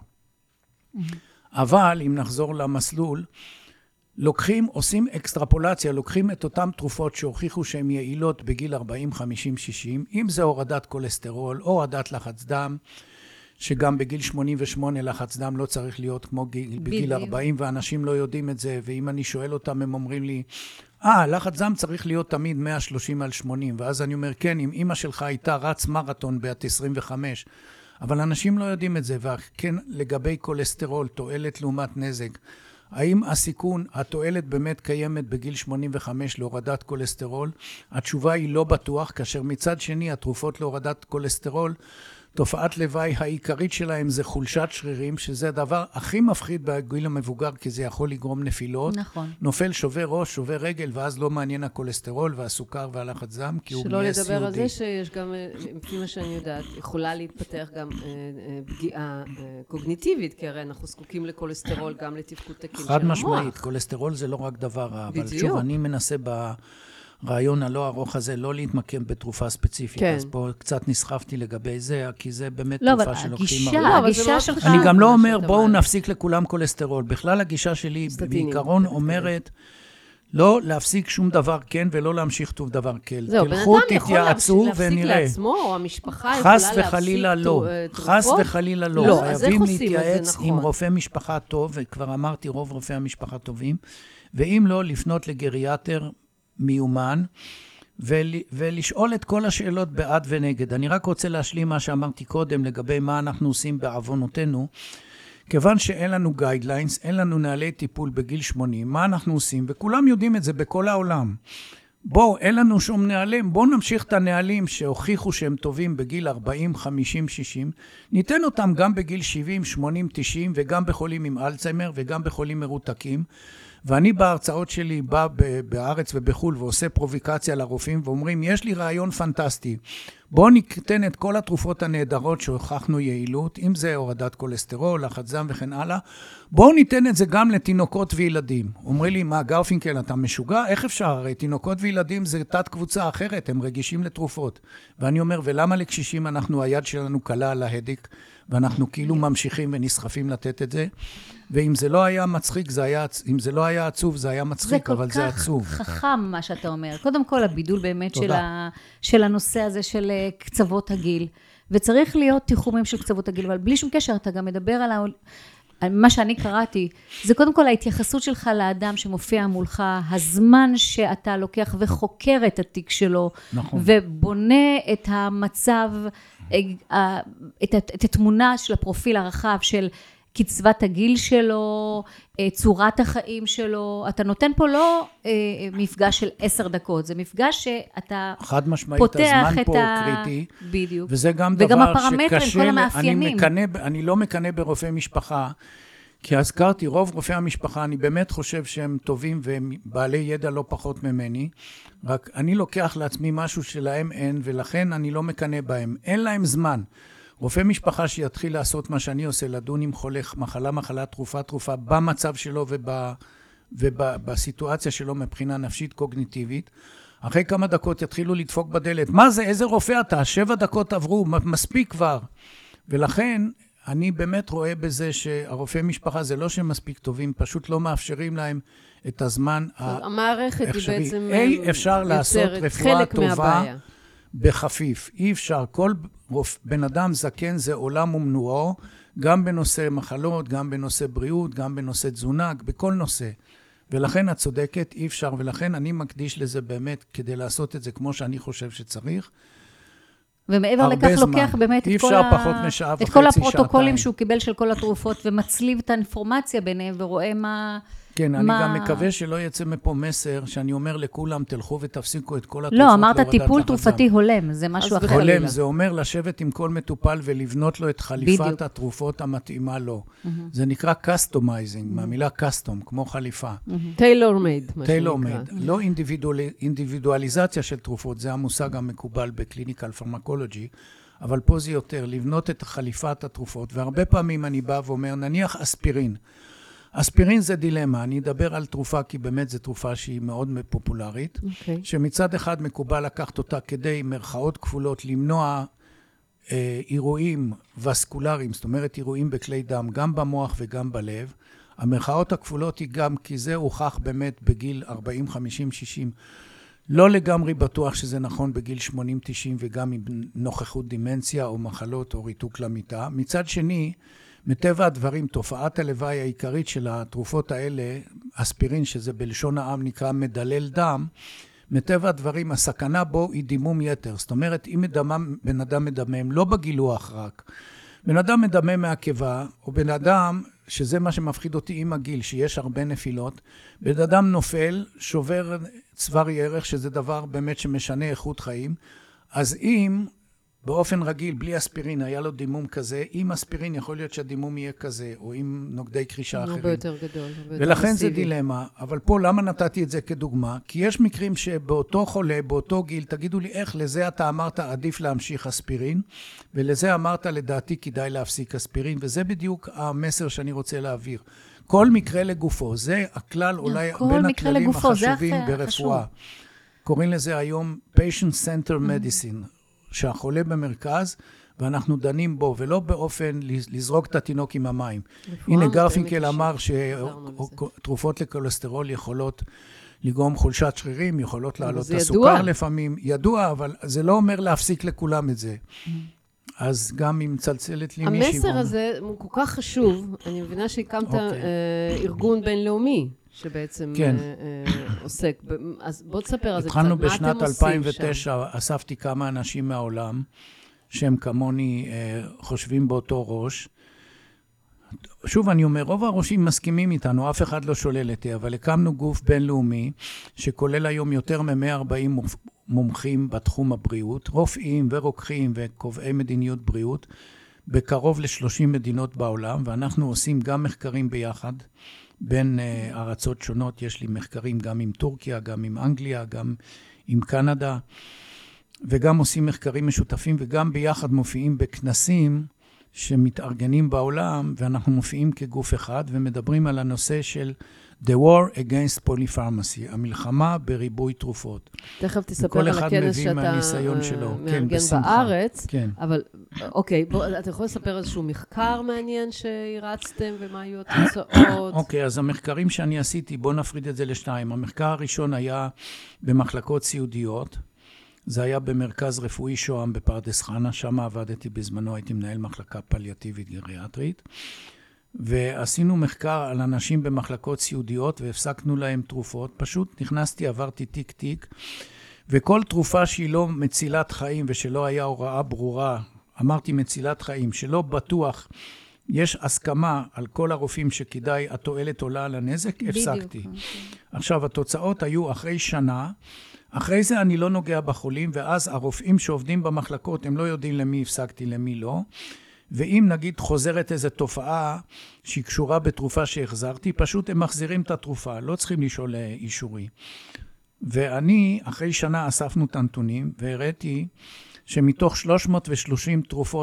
Speaker 1: אבל אם נחזור למסלול, עושים אקסטרפולציה, לוקחים את אותם תרופות שהוכיחו שהן יעילות בגיל 40, 50, 60, אם זה הורדת כולסטרול או הורדת לחץ דם, שגם בגיל 88 לחץ דם לא צריך להיות כמו בגיל 40, ואנשים לא יודעים את זה, ואם אני שואל אותם, הם אומרים לי, לחץ דם צריך להיות תמיד 130 על 80, ואז אני אומר, כן, אם אמא שלך הייתה רץ מרתון בת 25, אבל אנשים לא יודעים את זה, וכן לגבי כולסטרול, תועלת לעומת נזק, האם הסיכון, התועלת באמת קיימת בגיל 85 להורדת כולסטרול? התשובה היא לא בטוח, כאשר מצד שני התרופות להורדת כולסטרול, תופעת לוואי העיקרית שלהם זה חולשת שרירים, שזה הדבר הכי מפחיד בגיל המבוגר, כי זה יכול לגרום נפילות.
Speaker 2: נכון.
Speaker 1: נופל, שובר ראש, שובר רגל, ואז לא מעניין הכולסטרול והסוכר והלחץ דם, כי הוא נהיה סיעודי.
Speaker 3: שלא לדבר על זה שיש גם, לפי מה שאני יודעת, יכולה להתפתח גם פגיעה קוגניטיבית, כי הרי אנחנו זקוקים לכולסטרול גם לתפקוד תקין של המוח.
Speaker 1: חד משמעית, כולסטרול זה לא רק דבר רע, אבל שוב, אני מנסה רעיון הלא ארוך הזה, לא להתמקם בתרופה ספציפית, אז פה קצת נסחפתי לגבי זה, כי זה באמת תרופה שלוקחים הרבה.
Speaker 2: הגישה שלך...
Speaker 1: אני גם לא אומר, בואו נפסיק לכולם כולסטרול. בכלל הגישה שלי בעיקרון אומרת, לא להפסיק שום דבר כן, ולא להמשיך טוב דבר כן.
Speaker 3: תלכו, תתייעצו ונראה. להפסיק לעצמו, או המשפחה יכולה להפסיק תרופות?
Speaker 1: חס וחלילה לא. חייבים להתייעץ עם רופא משפחה טוב, וכבר אמרתי, רוב רופאי המשפחה טובים, ואם לא, לפנות לגריאטר מיומן, ולשאול את כל השאלות בעד ונגד. אני רק רוצה להשלים מה שאמרתי קודם, לגבי מה אנחנו עושים בעוונותינו, כיוון שאין לנו גיידליינס, אין לנו נהלי טיפול בגיל 80, מה אנחנו עושים? וכולם יודעים את זה בכל העולם. אין לנו שום נהלים, נמשיך את הנהלים שהוכיחו שהם טובים בגיל 40, 50, 60, ניתן אותם גם בגיל 70, 80, 90, וגם בחולים עם אלצהיימר, וגם בחולים מרותקים, ואני בהרצאות שלי בא בארץ ובחול ועושה פרובוקציה לרופאים ואומרים, יש לי רעיון פנטסטי, בואו ניתן את כל התרופות הנהדרות שהוכחנו יעילות, אם זה הורדת כולסטרול, לחץ דם וכן הלאה, בואו ניתן את זה גם לתינוקות וילדים. אומרים לי, מה גרפינקל, אתה משוגע? איך אפשר? הרי תינוקות וילדים זה תת קבוצה אחרת, הם רגישים לתרופות. ואני אומר, ולמה לקשישים היד שלנו קלה על ההדיק, ואנחנו כאילו ממשיכים ונסחפים לתת את זה? ואם זה לא היה מצחיק, אם זה לא היה עצוב, זה היה מצחיק, אבל זה עצוב.
Speaker 2: זה כל כך חכם מה שאתה אומר. קודם כל, הבידול באמת של הנושא הזה של קצוות הגיל. וצריך להיות תיחומים של קצוות הגיל, אבל בלי שום קשר, אתה גם מדבר על מה שאני קראתי. זה קודם כל ההתייחסות שלך לאדם שמופיע מולך, הזמן שאתה לוקח וחוקר את התיק שלו,
Speaker 1: נכון.
Speaker 2: ובונה את המצב, את התמונה של הפרופיל הרחב של קצבת הגיל שלו, צורת החיים שלו. אתה נותן פה לא מפגש של 10 דקות, זה מפגש שאתה
Speaker 1: חד משמעית, הזמן פה קריטי.
Speaker 2: בדיוק.
Speaker 1: וזה גם
Speaker 2: וגם
Speaker 1: דבר
Speaker 2: הפרמטרים,
Speaker 1: שקשה,
Speaker 2: כל המאפיינים.
Speaker 1: אני לא מקנה ברופאי משפחה, כי הזכרתי, רוב רופאי המשפחה, אני באמת חושב שהם טובים והם בעלי ידע לא פחות ממני, רק אני לוקח לעצמי משהו שלהם אין, ולכן אני לא מקנה בהם. אין להם זמן. רופא משפחה שיתחיל לעשות מה שאני עושה, לדון עם חולה מחלה, תרופה, במצב שלו ובסיטואציה שלו מבחינה נפשית קוגניטיבית, אחרי כמה דקות יתחילו לדפוק בדלת. מה זה? איזה רופא אתה? 7 דקות עברו, מספיק כבר. ולכן אני באמת רואה בזה שהרופאי משפחה זה לא שהם מספיק טובים, פשוט לא מאפשרים להם את הזמן האפשרי.
Speaker 3: המערכת היא בעצם
Speaker 1: אפשר לעשות רפואה טובה בחפיף. אי אפשר. כל בן אדם זקן זה עולם ומנועו, גם בנושא מחלות, גם בנושא בריאות, גם בנושא תזונה, בכל נושא. ולכן את צודקת, אי אפשר, ולכן אני מקדיש לזה באמת כדי לעשות את זה כמו שאני חושב שצריך.
Speaker 2: ומעבר לכך לוקח באמת את כל הפרוטוקולים שהוא קיבל של כל התרופות, ומצליב את האינפורמציה ביניהם, ורואה מה
Speaker 1: כן, אני גם מקווה שלא יצא מפה מסר, שאני אומר לכולם, תלכו ותפסיקו את כל התרופות.
Speaker 2: לא, אמרת טיפול תרופתי הולם, זה משהו אחר.
Speaker 1: הולם, זה אומר לשבת עם כל מטופל ולבנות לו את חליפת התרופות המתאימה לו. זה נקרא customizing, מהמילה custom, כמו חליפה.
Speaker 3: tailor made, מה שנקרא.
Speaker 1: tailor made, לא אינדיבידואליזציה של תרופות, זה המושג המקובל בקליניקל פרמקולוגי, אבל פה זה יותר, לבנות את חליפת התרופות, והרבה פעמים אני בא ואומר, נניח אספירין. אספירין זה דילמה, אני אדבר על תרופה כי באמת זו תרופה שהיא מאוד פופולרית, שמצד אחד מקובל לקחת אותה כדי מרכאות כפולות למנוע אירועים וסקולריים, זאת אומרת אירועים בכלי דם, גם במוח וגם בלב. המרכאות הכפולות היא גם כי זה הוכח באמת בגיל 40, 50, 60. לא לגמרי בטוח שזה נכון בגיל 80, 90 וגם עם נוכחות דימנציה או מחלות או ריתוק למיטה. מצד שני, מטבע הדברים, תופעת הלוואי העיקרית של התרופות האלה, אספירין, שזה בלשון העם נקרא מדלל דם, מטבע הדברים, הסכנה בו היא דימום יתר. זאת אומרת, אם בן אדם מדמם, לא בגילוח רק, בן אדם מדמם מהקיבה, או בן אדם, שזה מה שמפחיד אותי עם הגיל, שיש הרבה נפילות, בן אדם נופל, שובר צוואר ירך, שזה דבר באמת שמשנה איכות חיים, אז אם באופן רגיל, בלי אספירין, היה לו דימום כזה, עם אספירין יכול להיות שהדימום יהיה כזה, או עם נוגדי קרישה אחרים.
Speaker 3: הרבה יותר גדול.
Speaker 1: ולכן זה דילמה, אבל פה למה נתתי את זה כדוגמה? כי יש מקרים שבאותו חולה, באותו גיל, תגידו לי איך, לזה אתה אמרת עדיף להמשיך אספירין, ולזה אמרת לדעתי כדאי להפסיק אספירין, וזה בדיוק המסר שאני רוצה להעביר. כל מקרה לגופו, זה הכלל אולי בין הכללים החשובים ברפואה. קוראים לזה היום patient center medicine. שהחולה במרכז, ואנחנו דנים בו, ולא באופן לזרוק את התינוק עם המים. הנה גרפינקל אמר שתרופות לכולסטרול יכולות לגרום חולשת שרירים, יכולות לעלות את הסוכר לפעמים. ידוע, אבל זה לא אומר להפסיק לכולם את זה. אז גם אם מצלצלת לי מישהי...
Speaker 3: המסר הזה הוא כל כך חשוב, אני מבינה שהקמת ארגון בינלאומי, שבעצם עוסק. אז בוא תספר על זה קצת, מה אתם עושים שם?
Speaker 1: התחלנו בשנת 2009, אספתי כמה אנשים מהעולם, שהם כמוני חושבים באותו ראש. שוב אני אומר, רוב הראשים מסכימים איתנו, אף אחד לא שולל אותי, אבל הקמנו גוף בינלאומי, שכולל היום יותר מ-140 מומחים בתחום הבריאות, רופאים ורוקחים וקובעי מדיניות בריאות, בקרוב ל-30 מדינות בעולם, ואנחנו עושים גם מחקרים ביחד, בין ארצות שונות, יש לי מחקרים גם עם טורקיה, גם עם אנגליה, גם עם קנדה, וגם עושים מחקרים משותפים, וגם ביחד מופיעים בכנסים שמתארגנים בעולם, ואנחנו מופיעים כגוף אחד, ומדברים על הנושא של The War Against Polypharmacy, המלחמה בריבוי תרופות.
Speaker 3: תכף תספר על הכנס שאתה מארגן בארץ, אבל אוקיי, אתה יכול לספר איזשהו מחקר מעניין שהרצתם, ומה היו התוצאות?
Speaker 1: אוקיי, אז המחקרים שאני עשיתי, בוא נפריד את זה לשתיים. המחקר הראשון היה במחלקות סיעודיות, זה היה במרכז רפואי שוהם בפרדס חנה, שם עבדתי בזמנו, הייתי מנהל מחלקה פליאטיבית גריאטרית, ועשינו מחקר על אנשים במחלקות סיעודיות, והפסקנו להם תרופות, פשוט נכנסתי, עברתי תיק תיק, וכל תרופה שהיא לא מצילת חיים, ושלא היה הוראה ברורה, אמרתי מצילת חיים, שלא בטוח, יש הסכמה על כל הרופאים שכדאי התועלת עולה על הנזק, הפסקתי. עכשיו, התוצאות היו אחרי שנה, אחרי זה אני לא נוגע בחולים, ואז הרופאים שעובדים במחלקות, הם לא יודעים למי הפסקתי, למי לא. ואם נגיד חוזרת איזו תופעה שהיא קשורה בתרופה שהחזרתי, פשוט הם מחזירים את התרופה, לא צריכים לשאול אישורי. ואני, אחרי שנה אספנו את הנתונים, והראיתי שמתוך 330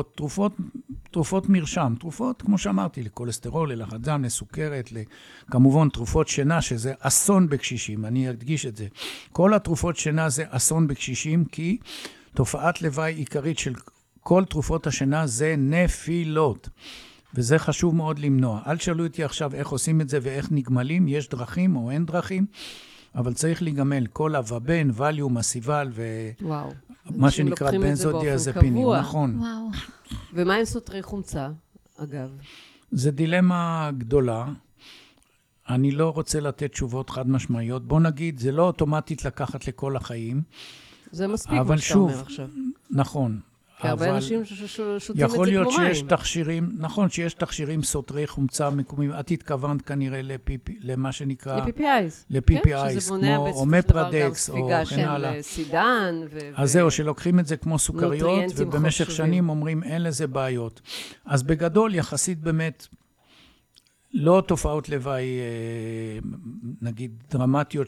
Speaker 1: תרופות מרשם, תרופות, כמו שאמרתי, לכולסטרול, ללחץ דם, לסוכרת, כמובן תרופות שינה, שזה אסון בקשישים, אני אדגיש את זה. כל התרופות שינה זה אסון בקשישים, כי תופעת לוואי עיקרית של כל תרופות השינה זה נפילות. וזה חשוב מאוד למנוע. אל תשאלו אותי עכשיו איך עושים את זה ואיך נגמלים, יש דרכים או אין דרכים, אבל צריך להיגמל כל הוובן, ווליום, הסיבל ומה שנקרא בנזודיאזפינים, נכון.
Speaker 3: וואו. ומה עם סותרי חומצה, אגב?
Speaker 1: זה דילמה גדולה. אני לא רוצה לתת תשובות חד משמעיות. בוא נגיד, זה לא אוטומטית לקחת לכל החיים.
Speaker 3: זה מספיק מה שאתה אומר עכשיו.
Speaker 1: נכון.
Speaker 3: כי הרבה אנשים שותים את זה כמו מים.
Speaker 1: יכול להיות שיש תכשירים, נכון, שיש תכשירים סותרי חומצה מקומיים. את התכוונת כנראה למה שנקרא... ל-PPIs, כמו אומפרדקס, או כן הלאה.
Speaker 3: סידן.
Speaker 1: אז זהו, שלוקחים את זה כמו סוכריות, ובמשך שנים אומרים, אין לזה בעיות. אז בגדול, יחסית באמת, לא תופעות לוואי, נגיד, דרמטיות,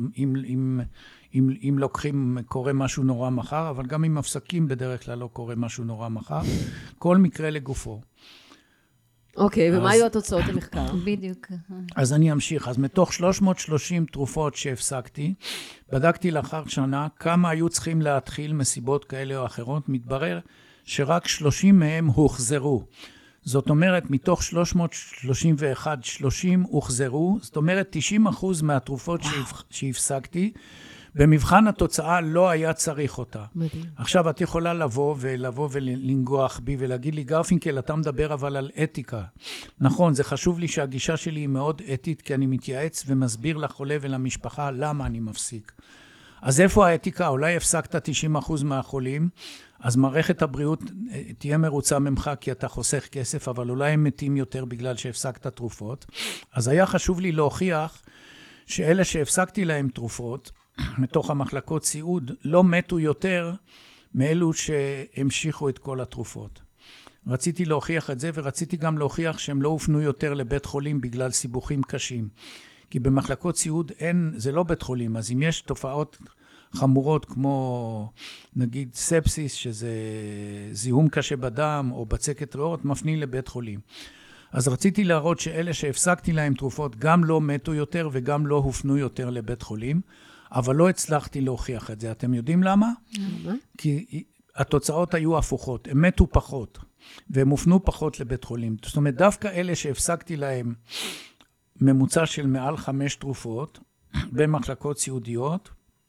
Speaker 1: אם לוקחים קורה משהו נורא מחר, אבל גם אם מפסקים בדרך כלל לא קורה משהו נורא מחר. כל מקרה לגופו.
Speaker 3: אוקיי, ומה היו התוצאות המחקר?
Speaker 2: בדיוק.
Speaker 1: אז אני אמשיך. אז מתוך 330 תרופות שהפסקתי, בדקתי לאחר שנה כמה היו צריכים להתחיל מסיבות כאלה או אחרות, מתברר שרק 30 מהם הוחזרו. זאת אומרת, מתוך 331, 30 הוחזרו, זאת אומרת 90% מהתרופות שהפסקתי, במבחן התוצאה לא היה צריך אותה.
Speaker 3: מדהים.
Speaker 1: עכשיו את יכולה לבוא ולנגוח בי ולהגיד לי, גרפינקל, אתה מדבר אבל על אתיקה. נכון, זה חשוב לי שהגישה שלי היא מאוד אתית, כי אני מתייעץ ומסביר לחולה ולמשפחה למה אני מפסיק. אז איפה האתיקה? אולי הפסקת 90% מהחולים, אז מערכת הבריאות תהיה מרוצה ממך כי אתה חוסך כסף, אבל אולי הם מתים יותר בגלל שהפסקת תרופות. אז היה חשוב לי להוכיח שאלה שהפסקתי להם תרופות, מתוך המחלקות סיעוד, לא מתו יותר מאלו שהמשיכו את כל התרופות. רציתי להוכיח את זה, ורציתי גם להוכיח שהם לא הופנו יותר לבית חולים בגלל סיבוכים קשים. כי במחלקות סיעוד זה לא בית חולים, אז אם יש תופעות חמורות כמו נגיד ספסיס, שזה זיהום קשה בדם, או בצקת ריאות, מפנים לבית חולים. אז רציתי להראות שאלה שהפסקתי להם תרופות גם לא מתו יותר וגם לא הופנו יותר לבית חולים, אבל לא הצלחתי להוכיח את זה. אתם יודעים למה? כי התוצאות היו הפוכות. הם מתו פחות, והם הופנו פחות לבית חולים. זאת אומרת, דווקא אלה שהפסקתי להם ממוצע של מעל 5 תרופות במחלקות סיעודיות,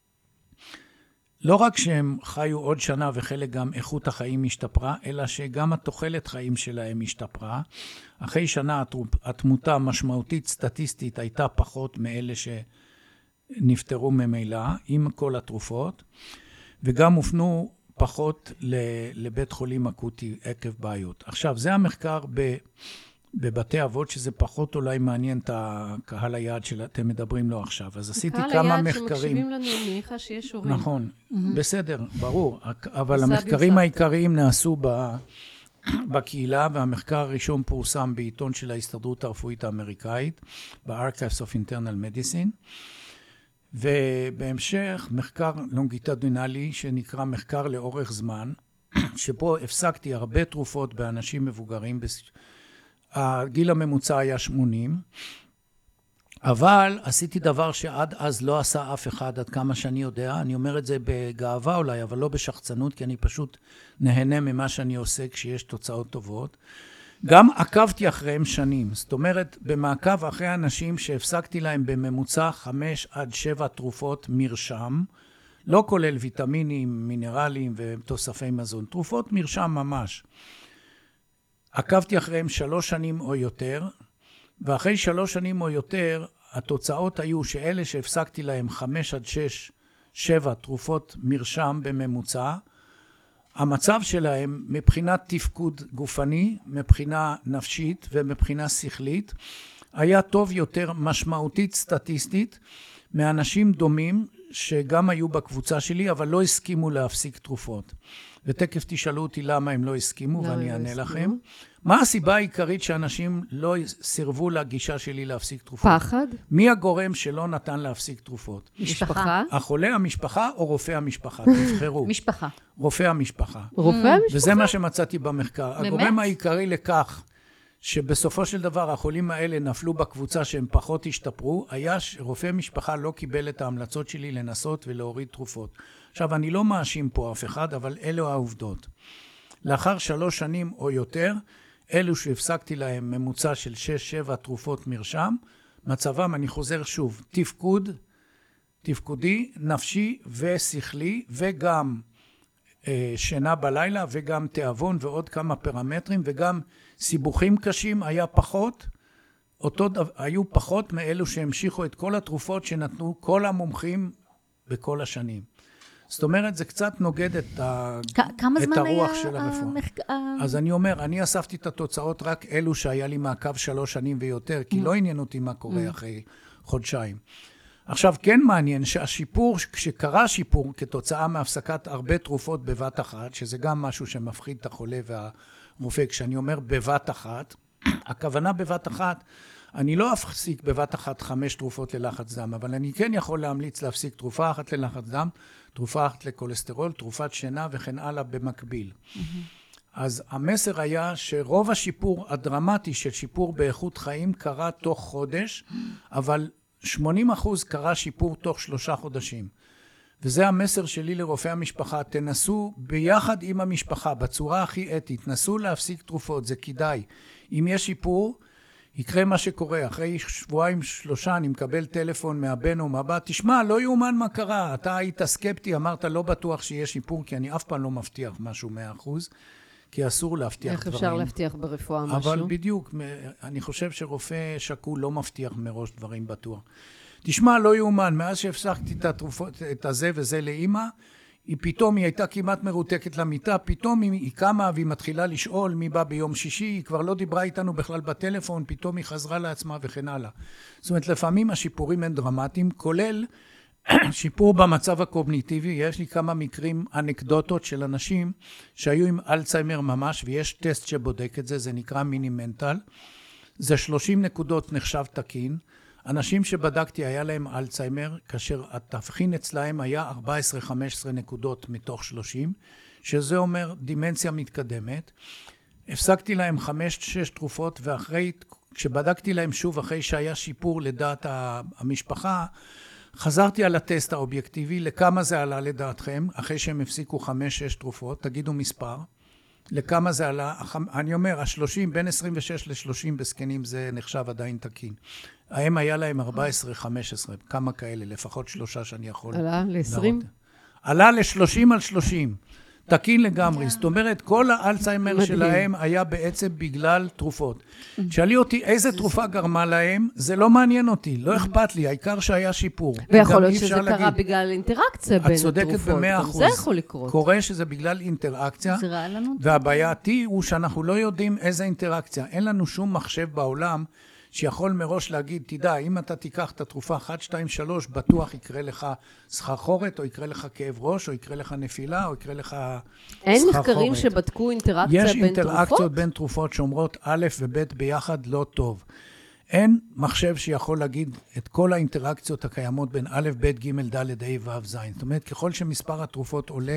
Speaker 1: לא רק שהם חיו עוד שנה וחלק גם איכות החיים השתפרה, אלא שגם התוחלת חיים שלהם השתפרה. אחרי שנה התמותה משמעותית סטטיסטית הייתה פחות מאלה שנפטרו ממילא עם כל התרופות, וגם הופנו פחות לבית חולים אקוטי עקב בעיות. עכשיו, זה המחקר בבתי אבות, שזה פחות אולי מעניין את הקהל היעד שאתם מדברים לו עכשיו. אז עשיתי כמה מחקרים.
Speaker 3: הקהל היעד שמקשיבים לנו, מניחה שיש הורים.
Speaker 1: נכון, בסדר, ברור. אבל המחקרים העיקריים נעשו בקהילה, והמחקר הראשון פורסם בעיתון של ההסתדרות הרפואית האמריקאית, ב-Archives of Internal Medicine, ובהמשך מחקר לונגיטודינלי שנקרא מחקר לאורך זמן, שבו הפסקתי הרבה תרופות באנשים מבוגרים, הגיל הממוצע היה 80, אבל עשיתי דבר שעד אז לא עשה אף אחד, עד כמה שאני יודע. אני אומר את זה בגאווה אולי, אבל לא בשחצנות, כי אני פשוט נהנה ממה שאני עושה כשיש תוצאות טובות. גם עקבתי אחריהם שנים, זאת אומרת, במעקב אחרי אנשים שהפסקתי להם בממוצע 5 עד 7 תרופות מרשם, לא כולל ויטמינים, מינרלים ותוספי מזון, תרופות מרשם ממש. עקבתי אחריהם 3 שנים או יותר, ואחרי 3 שנים או יותר, התוצאות היו שאלה שהפסקתי להם 5 עד 6, 7 תרופות מרשם בממוצע, המצב שלהם מבחינת תפקוד גופני, מבחינה נפשית ומבחינה שכלית, היה טוב יותר משמעותית סטטיסטית מאנשים דומים שגם היו בקבוצה שלי, אבל לא הסכימו להפסיק תרופות. ותכף תשאלו אותי למה הם לא הסכימו, ואני אענה לכם. מה הסיבה העיקרית שאנשים לא סירבו לגישה שלי להפסיק תרופות?
Speaker 3: פחד?
Speaker 1: מי הגורם שלא נתן להפסיק תרופות?
Speaker 3: משפחה?
Speaker 1: החולה המשפחה או רופא המשפחה? תבחרו.
Speaker 2: משפחה.
Speaker 1: רופא המשפחה.
Speaker 3: רופא המשפחה?
Speaker 1: וזה מה שמצאתי במחקר. הגורם העיקרי לכך שבסופו של דבר החולים האלה נפלו בקבוצה שהם פחות השתפרו, היה שרופא משפחה לא קיבל את ההמלצות שלי לנסות ולהוריד תרופות. עכשיו, אני לא מאשים פה אף אחד, אבל אלו העובדות. לאחר 3 שנים או יותר, אלו שהפסקתי להם ממוצע של 6-7 תרופות מרשם, מצבם, אני חוזר שוב, תפקודי, נפשי ושכלי, וגם שינה בלילה, וגם תיאבון ועוד כמה פרמטרים, וגם סיבוכים קשים היה פחות, היו פחות מאלו שהמשיכו את כל התרופות שנתנו כל המומחים בכל השנים. זאת אומרת, זה קצת נוגד את הרוח של הרפואה. אז אני אומר, אני אספתי את התוצאות רק אלו שהיה לי מעקב 3 שנים ויותר, כי לא עניין אותי מה קורה אחרי חודשיים. עכשיו, כן מעניין שהשיפור, כשקרה שיפור כתוצאה מהפסקת הרבה תרופות בבת אחת, שזה גם משהו שמפחיד את החולה והרופא, כשאני אומר בבת אחת, הכוונה בבת אחת, אני לא אפסיק בבת אחת 5 תרופות ללחץ דם, אבל אני כן יכול להמליץ להפסיק תרופה אחת ללחץ דם, תרופה אחת לכולסטרול, תרופת שינה וכן הלאה במקביל. אז המסר היה שרוב השיפור הדרמטי של שיפור באיכות חיים קרה תוך חודש, אבל 80% קרה שיפור תוך 3 חודשים. וזה המסר שלי לרופאי המשפחה, תנסו ביחד עם המשפחה, בצורה הכי אתית, נסו להפסיק תרופות, זה כדאי. אם יש שיפור, יקרה מה שקורה. אחרי 2-3 אני מקבל טלפון מהבן או מהבת, תשמע, לא יאומן מה קרה, אתה היית סקפטי, אמרת לא בטוח שיש שיפור, כי אני אף פעם לא מבטיח משהו 100%, כי אסור להבטיח דברים.
Speaker 3: איך אפשר להבטיח ברפואה משהו?
Speaker 1: אבל בדיוק, אני חושב שרופא שקול לא מבטיח מראש דברים בטוח. תשמע, לא יאומן, מאז שהפסקתי את התרופות, את הזה וזה לאמא, היא הייתה כמעט מרותקת למיטה, פתאום היא קמה והיא מתחילה לשאול מי בא ביום שישי, היא כבר לא דיברה איתנו בכלל בטלפון, פתאום היא חזרה לעצמה וכן הלאה. זאת אומרת, לפעמים השיפורים הם דרמטיים, כולל שיפור במצב הקוגניטיבי. יש לי כמה מקרים, אנקדוטות של אנשים שהיו עם אלצהיימר ממש, ויש טסט שבודק את זה, זה נקרא מיני-מנטל. זה 30 נקודות נחשב תקין. אנשים שבדקתי היה להם אלצהיימר, כאשר התבחין אצלהם היה 14-15 נקודות מתוך 30, שזה אומר דימנציה מתקדמת. הפסקתי להם 5-6 תרופות, ואחרי, כשבדקתי להם שוב אחרי שהיה שיפור לדעת המשפחה, חזרתי על הטסט האובייקטיבי, לכמה זה עלה לדעתכם, אחרי שהם הפסיקו 5-6 תרופות, תגידו מספר, לכמה זה עלה, אני אומר, ה-30, בין 26 ל-30 בסקנים זה נחשב עדיין תקין. הם היה להם 14-15, כמה כאלה, לפחות 3 שאני יכול.
Speaker 3: עלה ל-20?
Speaker 1: עלה ל-30 על 30. תקין לגמרי. זאת אומרת, כל האלצהיימר שלהם היה בעצם בגלל תרופות. תשאלי אותי איזה תרופה גרמה להם, זה לא מעניין אותי, לא אכפת לי, העיקר שהיה שיפור.
Speaker 3: ויכול להיות שזה קרה בגלל אינטראקציה בין התרופות.
Speaker 1: את צודקת ב100%.
Speaker 3: זה יכול לקרות.
Speaker 1: קורה שזה בגלל אינטראקציה, והבעייתי הוא שאנחנו לא יודעים איזה אינטראקציה. אין לנו שום מחשב בעולם שיכול מראש להגיד, תדע, אם אתה תיקח את התרופה 1, 2, 3, בטוח יקרה לך סחרחורת, או יקרה לך כאב ראש, או יקרה לך נפילה, או יקרה לך סחרחורת.
Speaker 3: אין מחקרים שבדקו אינטראקציה בין תרופות?
Speaker 1: יש אינטראקציות בין תרופות שאומרות א' וב' ביחד לא טוב. אין מחשב שיכול להגיד את כל האינטראקציות הקיימות בין א', ב', ג', ד', ה', ו', ז'. זאת אומרת, ככל שמספר התרופות עולה,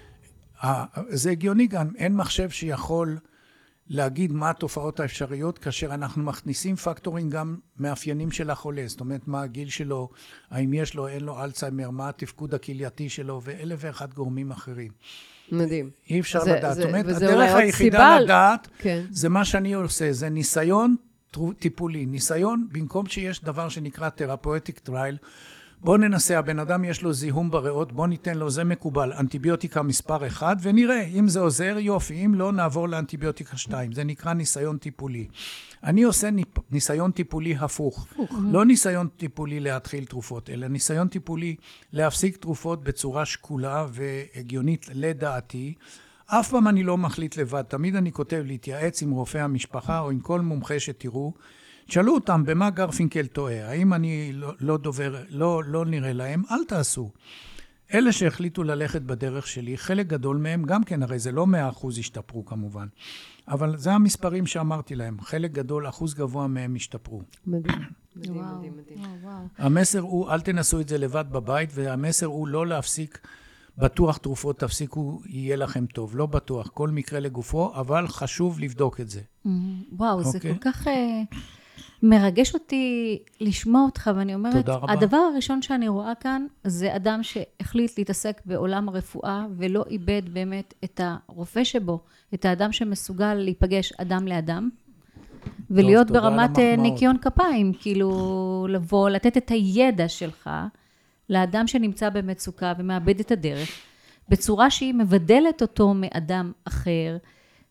Speaker 1: זה הגיוני גם, אין מחשב שיכול להגיד מה התופעות האפשריות, כאשר אנחנו מכניסים פקטורים גם מאפיינים של החולה, זאת אומרת, מה הגיל שלו, האם יש לו, אין לו אלצהיימר, מה התפקוד הכלייתי שלו, ואלף ואחד גורמים אחרים.
Speaker 3: מדהים.
Speaker 1: אי אפשר לדעת. זאת אומרת, הדרך היחידה לדעת, זה מה שאני עושה, זה ניסיון טיפולי, ניסיון, במקום שיש דבר שנקרא therapeutic trial, בוא ננסה, הבן אדם יש לו זיהום בריאות, בוא ניתן לו, זה מקובל, אנטיביוטיקה מספר 1, ונראה, אם זה עוזר, יופי, אם לא, נעבור לאנטיביוטיקה 2, זה נקרא ניסיון טיפולי. אני עושה ניסיון טיפולי הפוך, לא ניסיון טיפולי להתחיל תרופות, אלא ניסיון טיפולי להפסיק תרופות בצורה שקולה והגיונית לדעתי. אף פעם אני לא מחליט לבד, תמיד אני כותב להתייעץ עם רופא המשפחה או עם כל מומחה שתראו, תשאלו אותם במה גרפינקל טועה, האם אני לא דובר, לא נראה להם, אל תעשו. אלה שהחליטו ללכת בדרך שלי, חלק גדול מהם, גם כן, הרי זה לא 100% השתפרו כמובן, אבל זה המספרים שאמרתי להם, חלק גדול, אחוז גבוה מהם השתפרו.
Speaker 3: מדהים, מדהים, מדהים.
Speaker 1: המסר הוא, אל תנסו את זה לבד בבית, והמסר הוא לא להפסיק, בטוח תרופות תפסיקו, יהיה לכם טוב, לא בטוח, כל מקרה לגופו, אבל חשוב לבדוק את זה.
Speaker 2: וואו, זה כל כך מרגש אותי לשמוע אותך, ואני אומרת, הדבר הראשון שאני רואה כאן, זה אדם שהחליט להתעסק בעולם הרפואה, ולא איבד באמת את הרופא שבו, את האדם שמסוגל להיפגש אדם לאדם, ולהיות ברמת ניקיון כפיים, כאילו לבוא, לתת את הידע שלך, לאדם שנמצא במצוקה ומאבד את הדרך, בצורה שהיא מבדלת אותו מאדם אחר,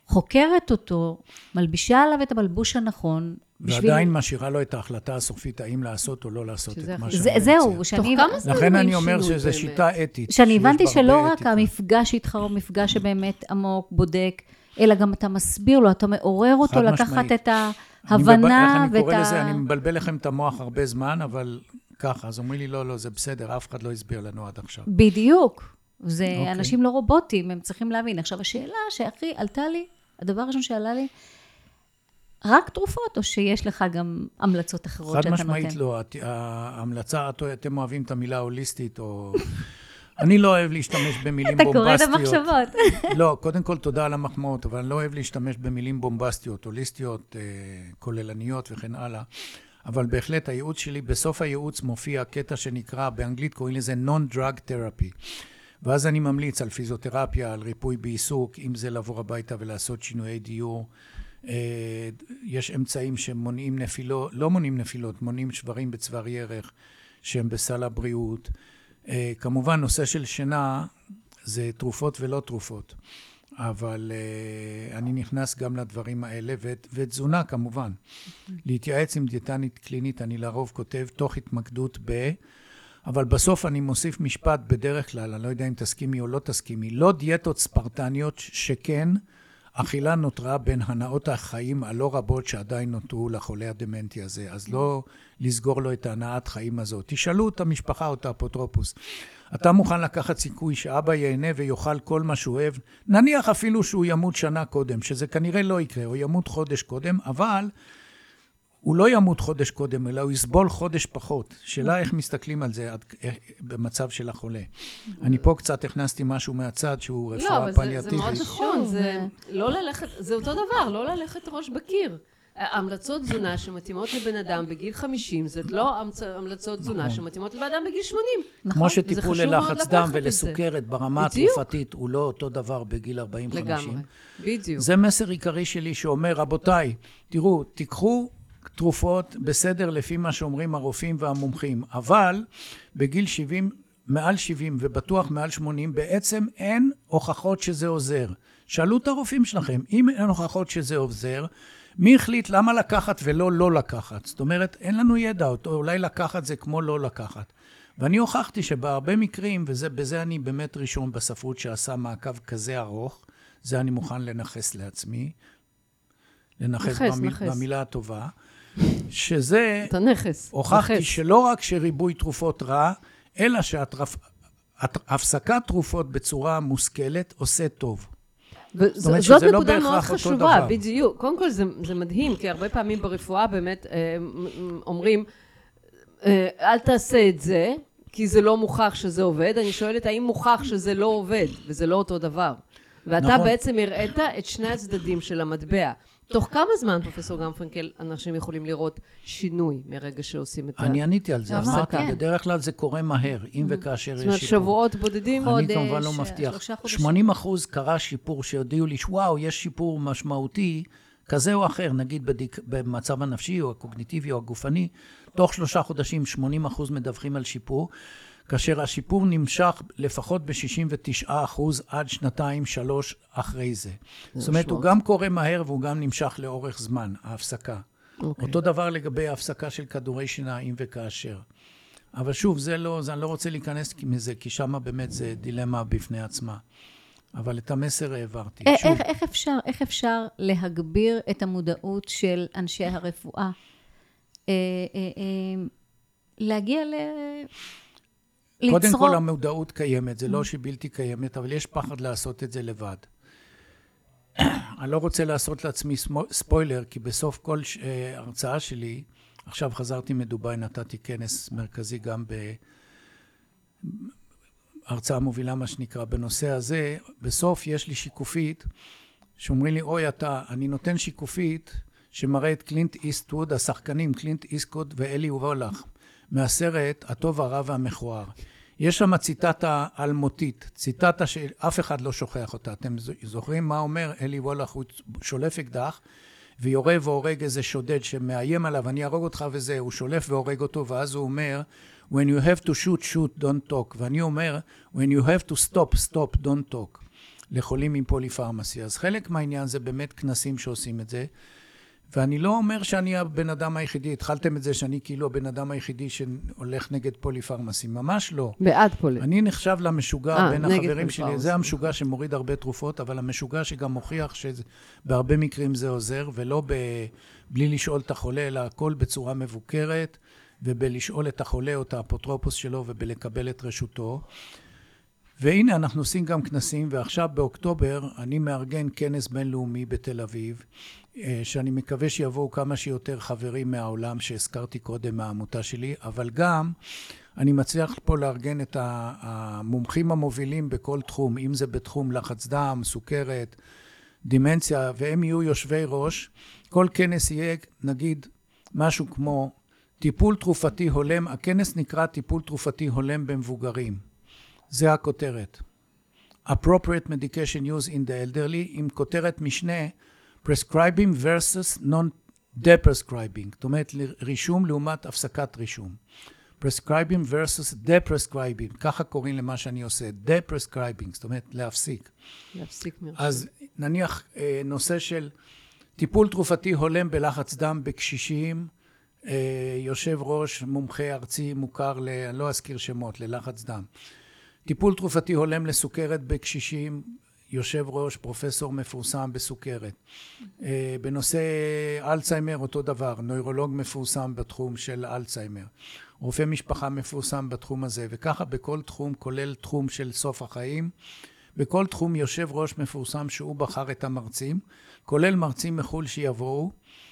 Speaker 2: חוקרת אותו, מלבישה עליו את המלבוש הנכון.
Speaker 1: ועדיין משאירה לו את ההחלטה הסופית, האם לעשות או לא לעשות את מה שאני
Speaker 2: זהו,
Speaker 1: לכן אני אומר שזו שיטה אתית.
Speaker 2: שאני הבנתי שלא רק המפגש איתך הוא מפגש שבאמת עמוק, בודק, אלא גם אתה מסביר לו, אתה מעורר אותו לקחת את ההבנה.
Speaker 1: איך אני קורא לזה? אני מבלבל לכם את המוח הרבה זמן, אבל ככה, אז אומרים לי, לא, זה בסדר, אף אחד לא הסביר לנו עד עכשיו.
Speaker 2: בדיוק. זה אנשים לא רובוטים, הם צריכים להבין. עכשיו, השאלה שהכי עלתה לי, הדבר הראשון שעלה לי, רק תרופות, או שיש לך גם המלצות אחרות שאתה נותן?
Speaker 1: חד משמעית לא. ההמלצה, אתם אוהבים את המילה הוליסטית, או... אני לא אוהב להשתמש במילים בומבסטיות.
Speaker 2: אתה קורא את המחשבות.
Speaker 1: לא, קודם כל תודה על המחמאות, אבל אני לא אוהב להשתמש במילים בומבסטיות, הוליסטיות, כוללניות וכן הלאה. אבל בהחלט הייעוץ שלי, בסוף הייעוץ מופיע קטע שנקרא, באנגלית קוראים לזה non-drug therapy. ואז אני ממליץ על פיזיותרפיה, על ריפוי בעיסוק, אם זה לעבור הביתה ולעשות שינויי דיור. יש אמצעים שמונעים נפילות, לא מונעים נפילות, מונעים שברים בצוואר ירך, שהם בסל הבריאות. כמובן, נושא של שינה זה תרופות ולא תרופות. אבל אני נכנס גם לדברים האלה, ותזונה כמובן. להתייעץ עם דיאטנית קלינית, אני לרוב כותב תוך התמקדות אבל בסוף אני מוסיף משפט בדרך כלל, אני לא יודע אם תסכימי או לא תסכימי, לא דיאטות ספרטניות שכן, אכילה נותרה בין הנאות החיים הלא רבות שעדיין נותרו לחולה הדמנטי הזה, אז לא לסגור לו את הנאת חיים הזאת. תשאלו את המשפחה או את האפוטרופוס. אתה מוכן לקחת סיכוי שאבא ייהנה ויאכל כל מה שהוא אוהב? נניח אפילו שהוא ימות שנה קודם, שזה כנראה לא יקרה, או ימות חודש קודם, אבל הוא לא ימות חודש קודם, אלא הוא יסבול חודש פחות. שאלה איך מסתכלים על זה במצב של החולה. אני פה קצת הכנסתי משהו מהצד שהוא רפואה פליאטיבית.
Speaker 3: לא, אבל זה מאוד נכון, זה לא ללכת, זה אותו דבר, לא ללכת ראש בקיר. המלצות תזונה שמתאימות לבן אדם בגיל 50, זה לא המלצות תזונה שמתאימות לבן אדם בגיל 80.
Speaker 1: כמו שטיפול ללחץ דם ולסוכרת ברמה התרופתית, הוא לא אותו דבר בגיל 40-50.
Speaker 3: לגמרי, בדיוק.
Speaker 1: זה מסר עיקרי שלי שאומר, רבותיי, תראו, תיקחו תרופות בסדר לפי מה שאומרים הרופאים והמומחים, אבל בגיל 70, מעל 70 ובטוח מעל 80, בעצם אין הוכחות שזה עוזר. שאלו את הרופאים שלכם, אם אין הוכחות שזה עוזר, מי החליט למה לקחת ולא לא לקחת? זאת אומרת, אין לנו ידע, אולי לקחת זה כמו לא לקחת. ואני הוכחתי שבהרבה מקרים, ובזה אני באמת ראשון בספרות שעשה מעקב כזה ארוך, זה אני מוכן לנחס לעצמי, לנחס במילה הטובה, שזה, הוכחתי שלא רק שריבוי תרופות רע, אלא שהפסקת תרופות בצורה מושכלת עושה טוב.
Speaker 3: זאת נקודה מאוד חשובה, בדיוק. קודם כל זה מדהים, כי הרבה פעמים ברפואה באמת אומרים, אל תעשה את זה, כי זה לא מוכח שזה עובד. אני שואלת, האם מוכח שזה לא עובד, וזה לא אותו דבר? ואתה בעצם הראית את שני הצדדים של המטבע. תוך כמה זמן, פרופסור גמפרנקל, אנשים יכולים לראות שינוי מרגע שעושים את
Speaker 1: אני עניתי על זה, אמרתי, בדרך כלל זה קורה מהר, אם וכאשר יש שיפור.
Speaker 3: זאת אומרת, שבועות בודדים?
Speaker 1: אני כמובן לא מבטיח. 80% קרה שיפור שהודיעו לי, וואו, יש שיפור משמעותי, כזה או אחר, נגיד במצב הנפשי או הקוגניטיבי או הגופני, תוך 3 חודשים 80% מדווחים על שיפור, כאשר השיפור נמשך לפחות ב-69% עד 2-3 אחרי זה. זאת אומרת, הוא גם קורה מהר והוא גם נמשך לאורך זמן, ההפסקה. אותו דבר לגבי ההפסקה של כדורי שינה, אם וכאשר. אבל שוב, אני לא רוצה להיכנס מזה, כי שם באמת זה דילמה בפני עצמה. אבל את המסר העברתי.
Speaker 2: איך אפשר להגביר את המודעות של אנשי הרפואה? להגיע
Speaker 1: קודם כל המודעות קיימת, זה לא שבלתי קיימת, אבל יש פחד לעשות את זה לבד. אני לא רוצה לעשות לעצמי ספוילר, כי בסוף כל הרצאה שלי, עכשיו חזרתי מדובאי, נתתי כנס מרכזי גם בהרצאה מובילה, מה שנקרא, בנושא הזה, בסוף יש לי שיקופית, שאומרים לי, אוי אני נותן שיקופית, שמראה את קלינט איסטווד, השחקנים, קלינט איסטווד ואלי וולך, מהסרט הטוב הרע והמכוער. יש שם ציטטה אלמותית, ציטטה שאף אחד לא שוכח אותה. אתם זוכרים מה אומר אלי וולך? הוא שולף אקדח ויורה והורג איזה שודד שמאיים עליו, אני ארוג אותך וזה, הוא שולף והורג אותו, ואז הוא אומר, when you have to shoot, shoot, don't talk. ואני אומר, when you have to stop, stop, don't talk. לחולים עם פוליפרמסי. אז חלק מהעניין זה באמת כנסים שעושים את זה, ואני לא אומר שאני הבן אדם היחידי, התחלתם את זה שאני כאילו הבן אדם היחידי שהולך נגד פוליפרמסי, ממש לא.
Speaker 3: בעד פוליפרמסי.
Speaker 1: אני נחשב למשוגע בין החברים שלי, זה המשוגע שמוריד הרבה תרופות, אבל המשוגע שגם מוכיח שבהרבה מקרים זה עוזר, ולא בלי לשאול את החולה, אלא הכל בצורה מבוקרת, ובלשאול את החולה או את האפוטרופוס שלו, ובלקבל את רשותו. והנה אנחנו עושים גם כנסים, ועכשיו באוקטובר אני מארגן כנס בינלאומי בתל אביב, שאני מקווה שיבואו כמה שיותר חברים מהעולם שהזכרתי קודם מהעמותה שלי, אבל גם אני מצליח פה לארגן את המומחים המובילים בכל תחום, אם זה בתחום לחץ דם, סוכרת, דימנציה, והם יהיו יושבי ראש. כל כנס יהיה, נגיד, משהו כמו טיפול תרופתי הולם, הכנס נקרא טיפול תרופתי הולם במבוגרים. זה הכותרת. Appropriate medication use in the elderly, עם כותרת משנה, prescribing versus non-deprescribing, זאת אומרת, רישום לעומת הפסקת רישום. prescribing versus deprescribing, ככה קוראים למה שאני עושה, deprescribing, זאת אומרת, להפסיק.
Speaker 3: להפסיק מרשם. אז
Speaker 1: נניח נושא של טיפול תרופתי הולם בלחץ דם בקשישים, יושב ראש מומחה ארצי מוכר, אני לא אזכיר שמות, ללחץ דם. טיפול תרופתי הולם לסוכרת בקשישים, יושב ראש פרופסור מפורסם בסוכרת. בנושא אלצהיימר אותו דבר, נוירולוג מפורסם בתחום של אלצהיימר. רופא משפחה מפורסם בתחום הזה, וככה בכל תחום, כולל תחום של סוף החיים, בכל תחום יושב ראש מפורסם שהוא בחר את המרצים, כולל מרצים מחול שיבואו,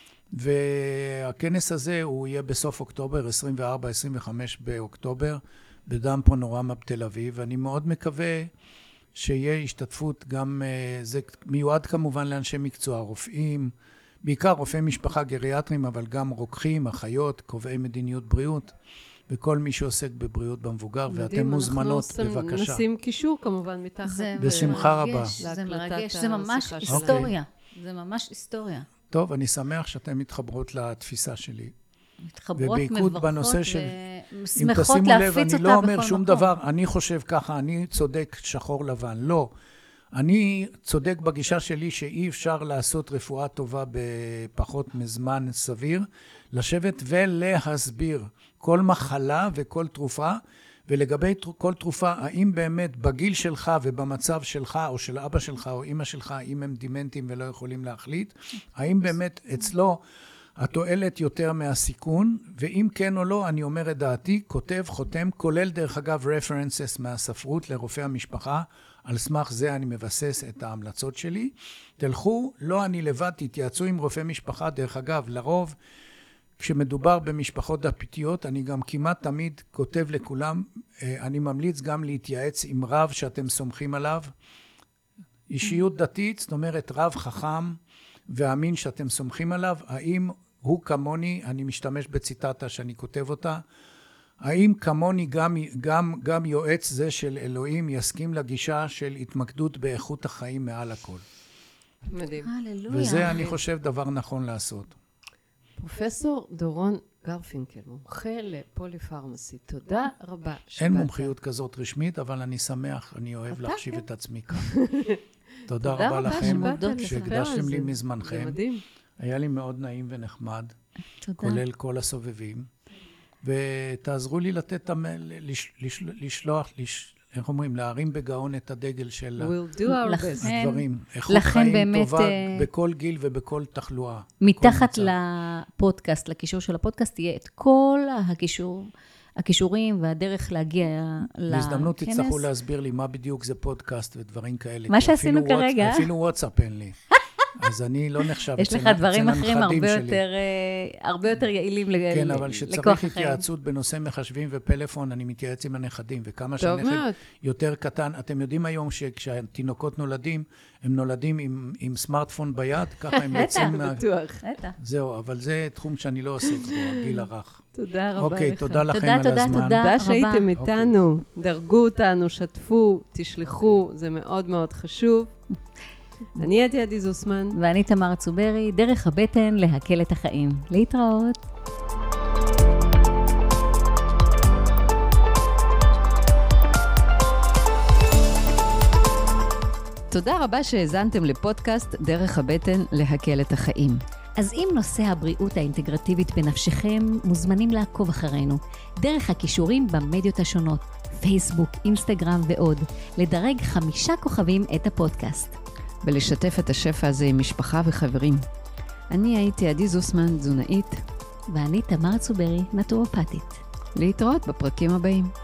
Speaker 1: והכנס הזה הוא יהיה בסוף אוקטובר, 24-25 באוקטובר, בדם פנורמה בתל אביב, ואני מאוד מקווה שיהיה השתתפות גם, זה מיועד כמובן לאנשי מקצוע, רופאים, בעיקר רופאי משפחה גריאטרים, אבל גם רוקחים, אחיות, קובעי מדיניות בריאות, וכל מי שעוסק בבריאות במבוגר, ואתם מוזמנות, בבקשה.
Speaker 3: אנחנו נשים קישור כמובן מתחת.
Speaker 1: בשמחה רבה.
Speaker 2: זה מרגש, זה ממש היסטוריה. זה ממש היסטוריה.
Speaker 1: טוב, אני שמח שאתן מתחברות לתפיסה שלי.
Speaker 2: מתחברות, מברכות
Speaker 1: ושמחות להפיץ אותה בכל מקום. אני לא אומר שום דבר, אני חושב ככה, אני צודק שחור לבן, לא. אני צודק בגישה שלי שאי אפשר לעשות רפואה טובה בפחות מזמן סביר, לשבת ולהסביר כל מחלה וכל תרופה, ולגבי כל תרופה, האם באמת בגיל שלך ובמצב שלך או של אבא שלך או אמא שלך, אם הם דימנטים ולא יכולים להחליט, האם באמת אצלו התועלת יותר מהסיכון, ואם כן או לא, אני אומר את דעתי, כותב, חותם, כולל דרך אגב references מהספרות לרופא המשפחה, על סמך זה אני מבסס את ההמלצות שלי. תלכו, לא אני לבד, תתייעצו עם רופא משפחה, דרך אגב, לרוב, כשמדובר במשפחות דתיות, אני גם כמעט תמיד כותב לכולם, אני ממליץ גם להתייעץ עם רב שאתם סומכים עליו, אישיות דתית, זאת אומרת רב חכם ואמין שאתם סומכים עליו, האם הוא כמוני, אני משתמש בציטטה שאני כותב אותה, האם כמוני גם יועץ זה של אלוהים יסכים לגישה של התמקדות באיכות החיים מעל הכל.
Speaker 3: מדהים.
Speaker 1: וזה אני חושב דבר נכון לעשות.
Speaker 3: פרופסור דורון גרפינקל, מומחה לפוליפרמסי, תודה רבה.
Speaker 1: אין מומחיות כזאת רשמית, אבל אני שמח, אני אוהב להחשיב את עצמי כאן. תודה רבה לכם, שהקדשתם לי מזמנכם.
Speaker 3: זה מדהים.
Speaker 1: היה לי מאוד נעים ונחמד, כולל כל הסובבים, ותעזרו לי לתת, לשלוח, איך אומרים, להרים בגאון את הדגל של הדברים. איכות חיים טובה בכל גיל ובכל תחלואה.
Speaker 2: מתחת לפודקאסט, לקישור של הפודקאסט, יהיה את כל הכישורים והדרך להגיע לכנס.
Speaker 1: בהזדמנות תצטרכו להסביר לי מה בדיוק זה פודקאסט ודברים כאלה.
Speaker 2: מה שעשינו כרגע.
Speaker 1: אפילו וואטסאפ אין לי. אז אני לא נחשב
Speaker 2: יש לך דברים אחרים הרבה יותר יעילים לכוח החיים.
Speaker 1: כן, אבל שצריך התייעצות בנושא מחשבים ופלאפון, אני מתייעץ עם הנכדים, וכמה שהנכד יותר קטן, אתם יודעים היום שכשהתינוקות נולדים, הם נולדים עם סמארטפון ביד, ככה הם יוצאים
Speaker 3: בטוח.
Speaker 1: זהו, אבל זה תחום שאני לא עושה בו, הגיל הרך.
Speaker 3: תודה רבה לך.
Speaker 1: אוקיי, תודה לכם על הזמן.
Speaker 3: תודה שהייתם איתנו, דרגו אותנו, שתפו, תשלחו, זה מאוד מאוד חשוב. אני עדי זוסמן.
Speaker 2: ואני תמר צוברי, דרך הבטן להקל את החיים. להתראות.
Speaker 3: תודה רבה שהאזנתם לפודקאסט דרך הבטן להקל את החיים.
Speaker 2: אז אם נושא הבריאות האינטגרטיבית בנפשכם, מוזמנים לעקוב אחרינו, דרך הכישורים במדיות השונות, פייסבוק, אינסטגרם ועוד, לדרג 5 כוכבים את הפודקאסט.
Speaker 3: ולשתף את השפע הזה עם משפחה וחברים. אני הייתי עדי זוסמן, תזונאית.
Speaker 2: ואני תמר צוברי, נטורופטית.
Speaker 3: להתראות בפרקים הבאים.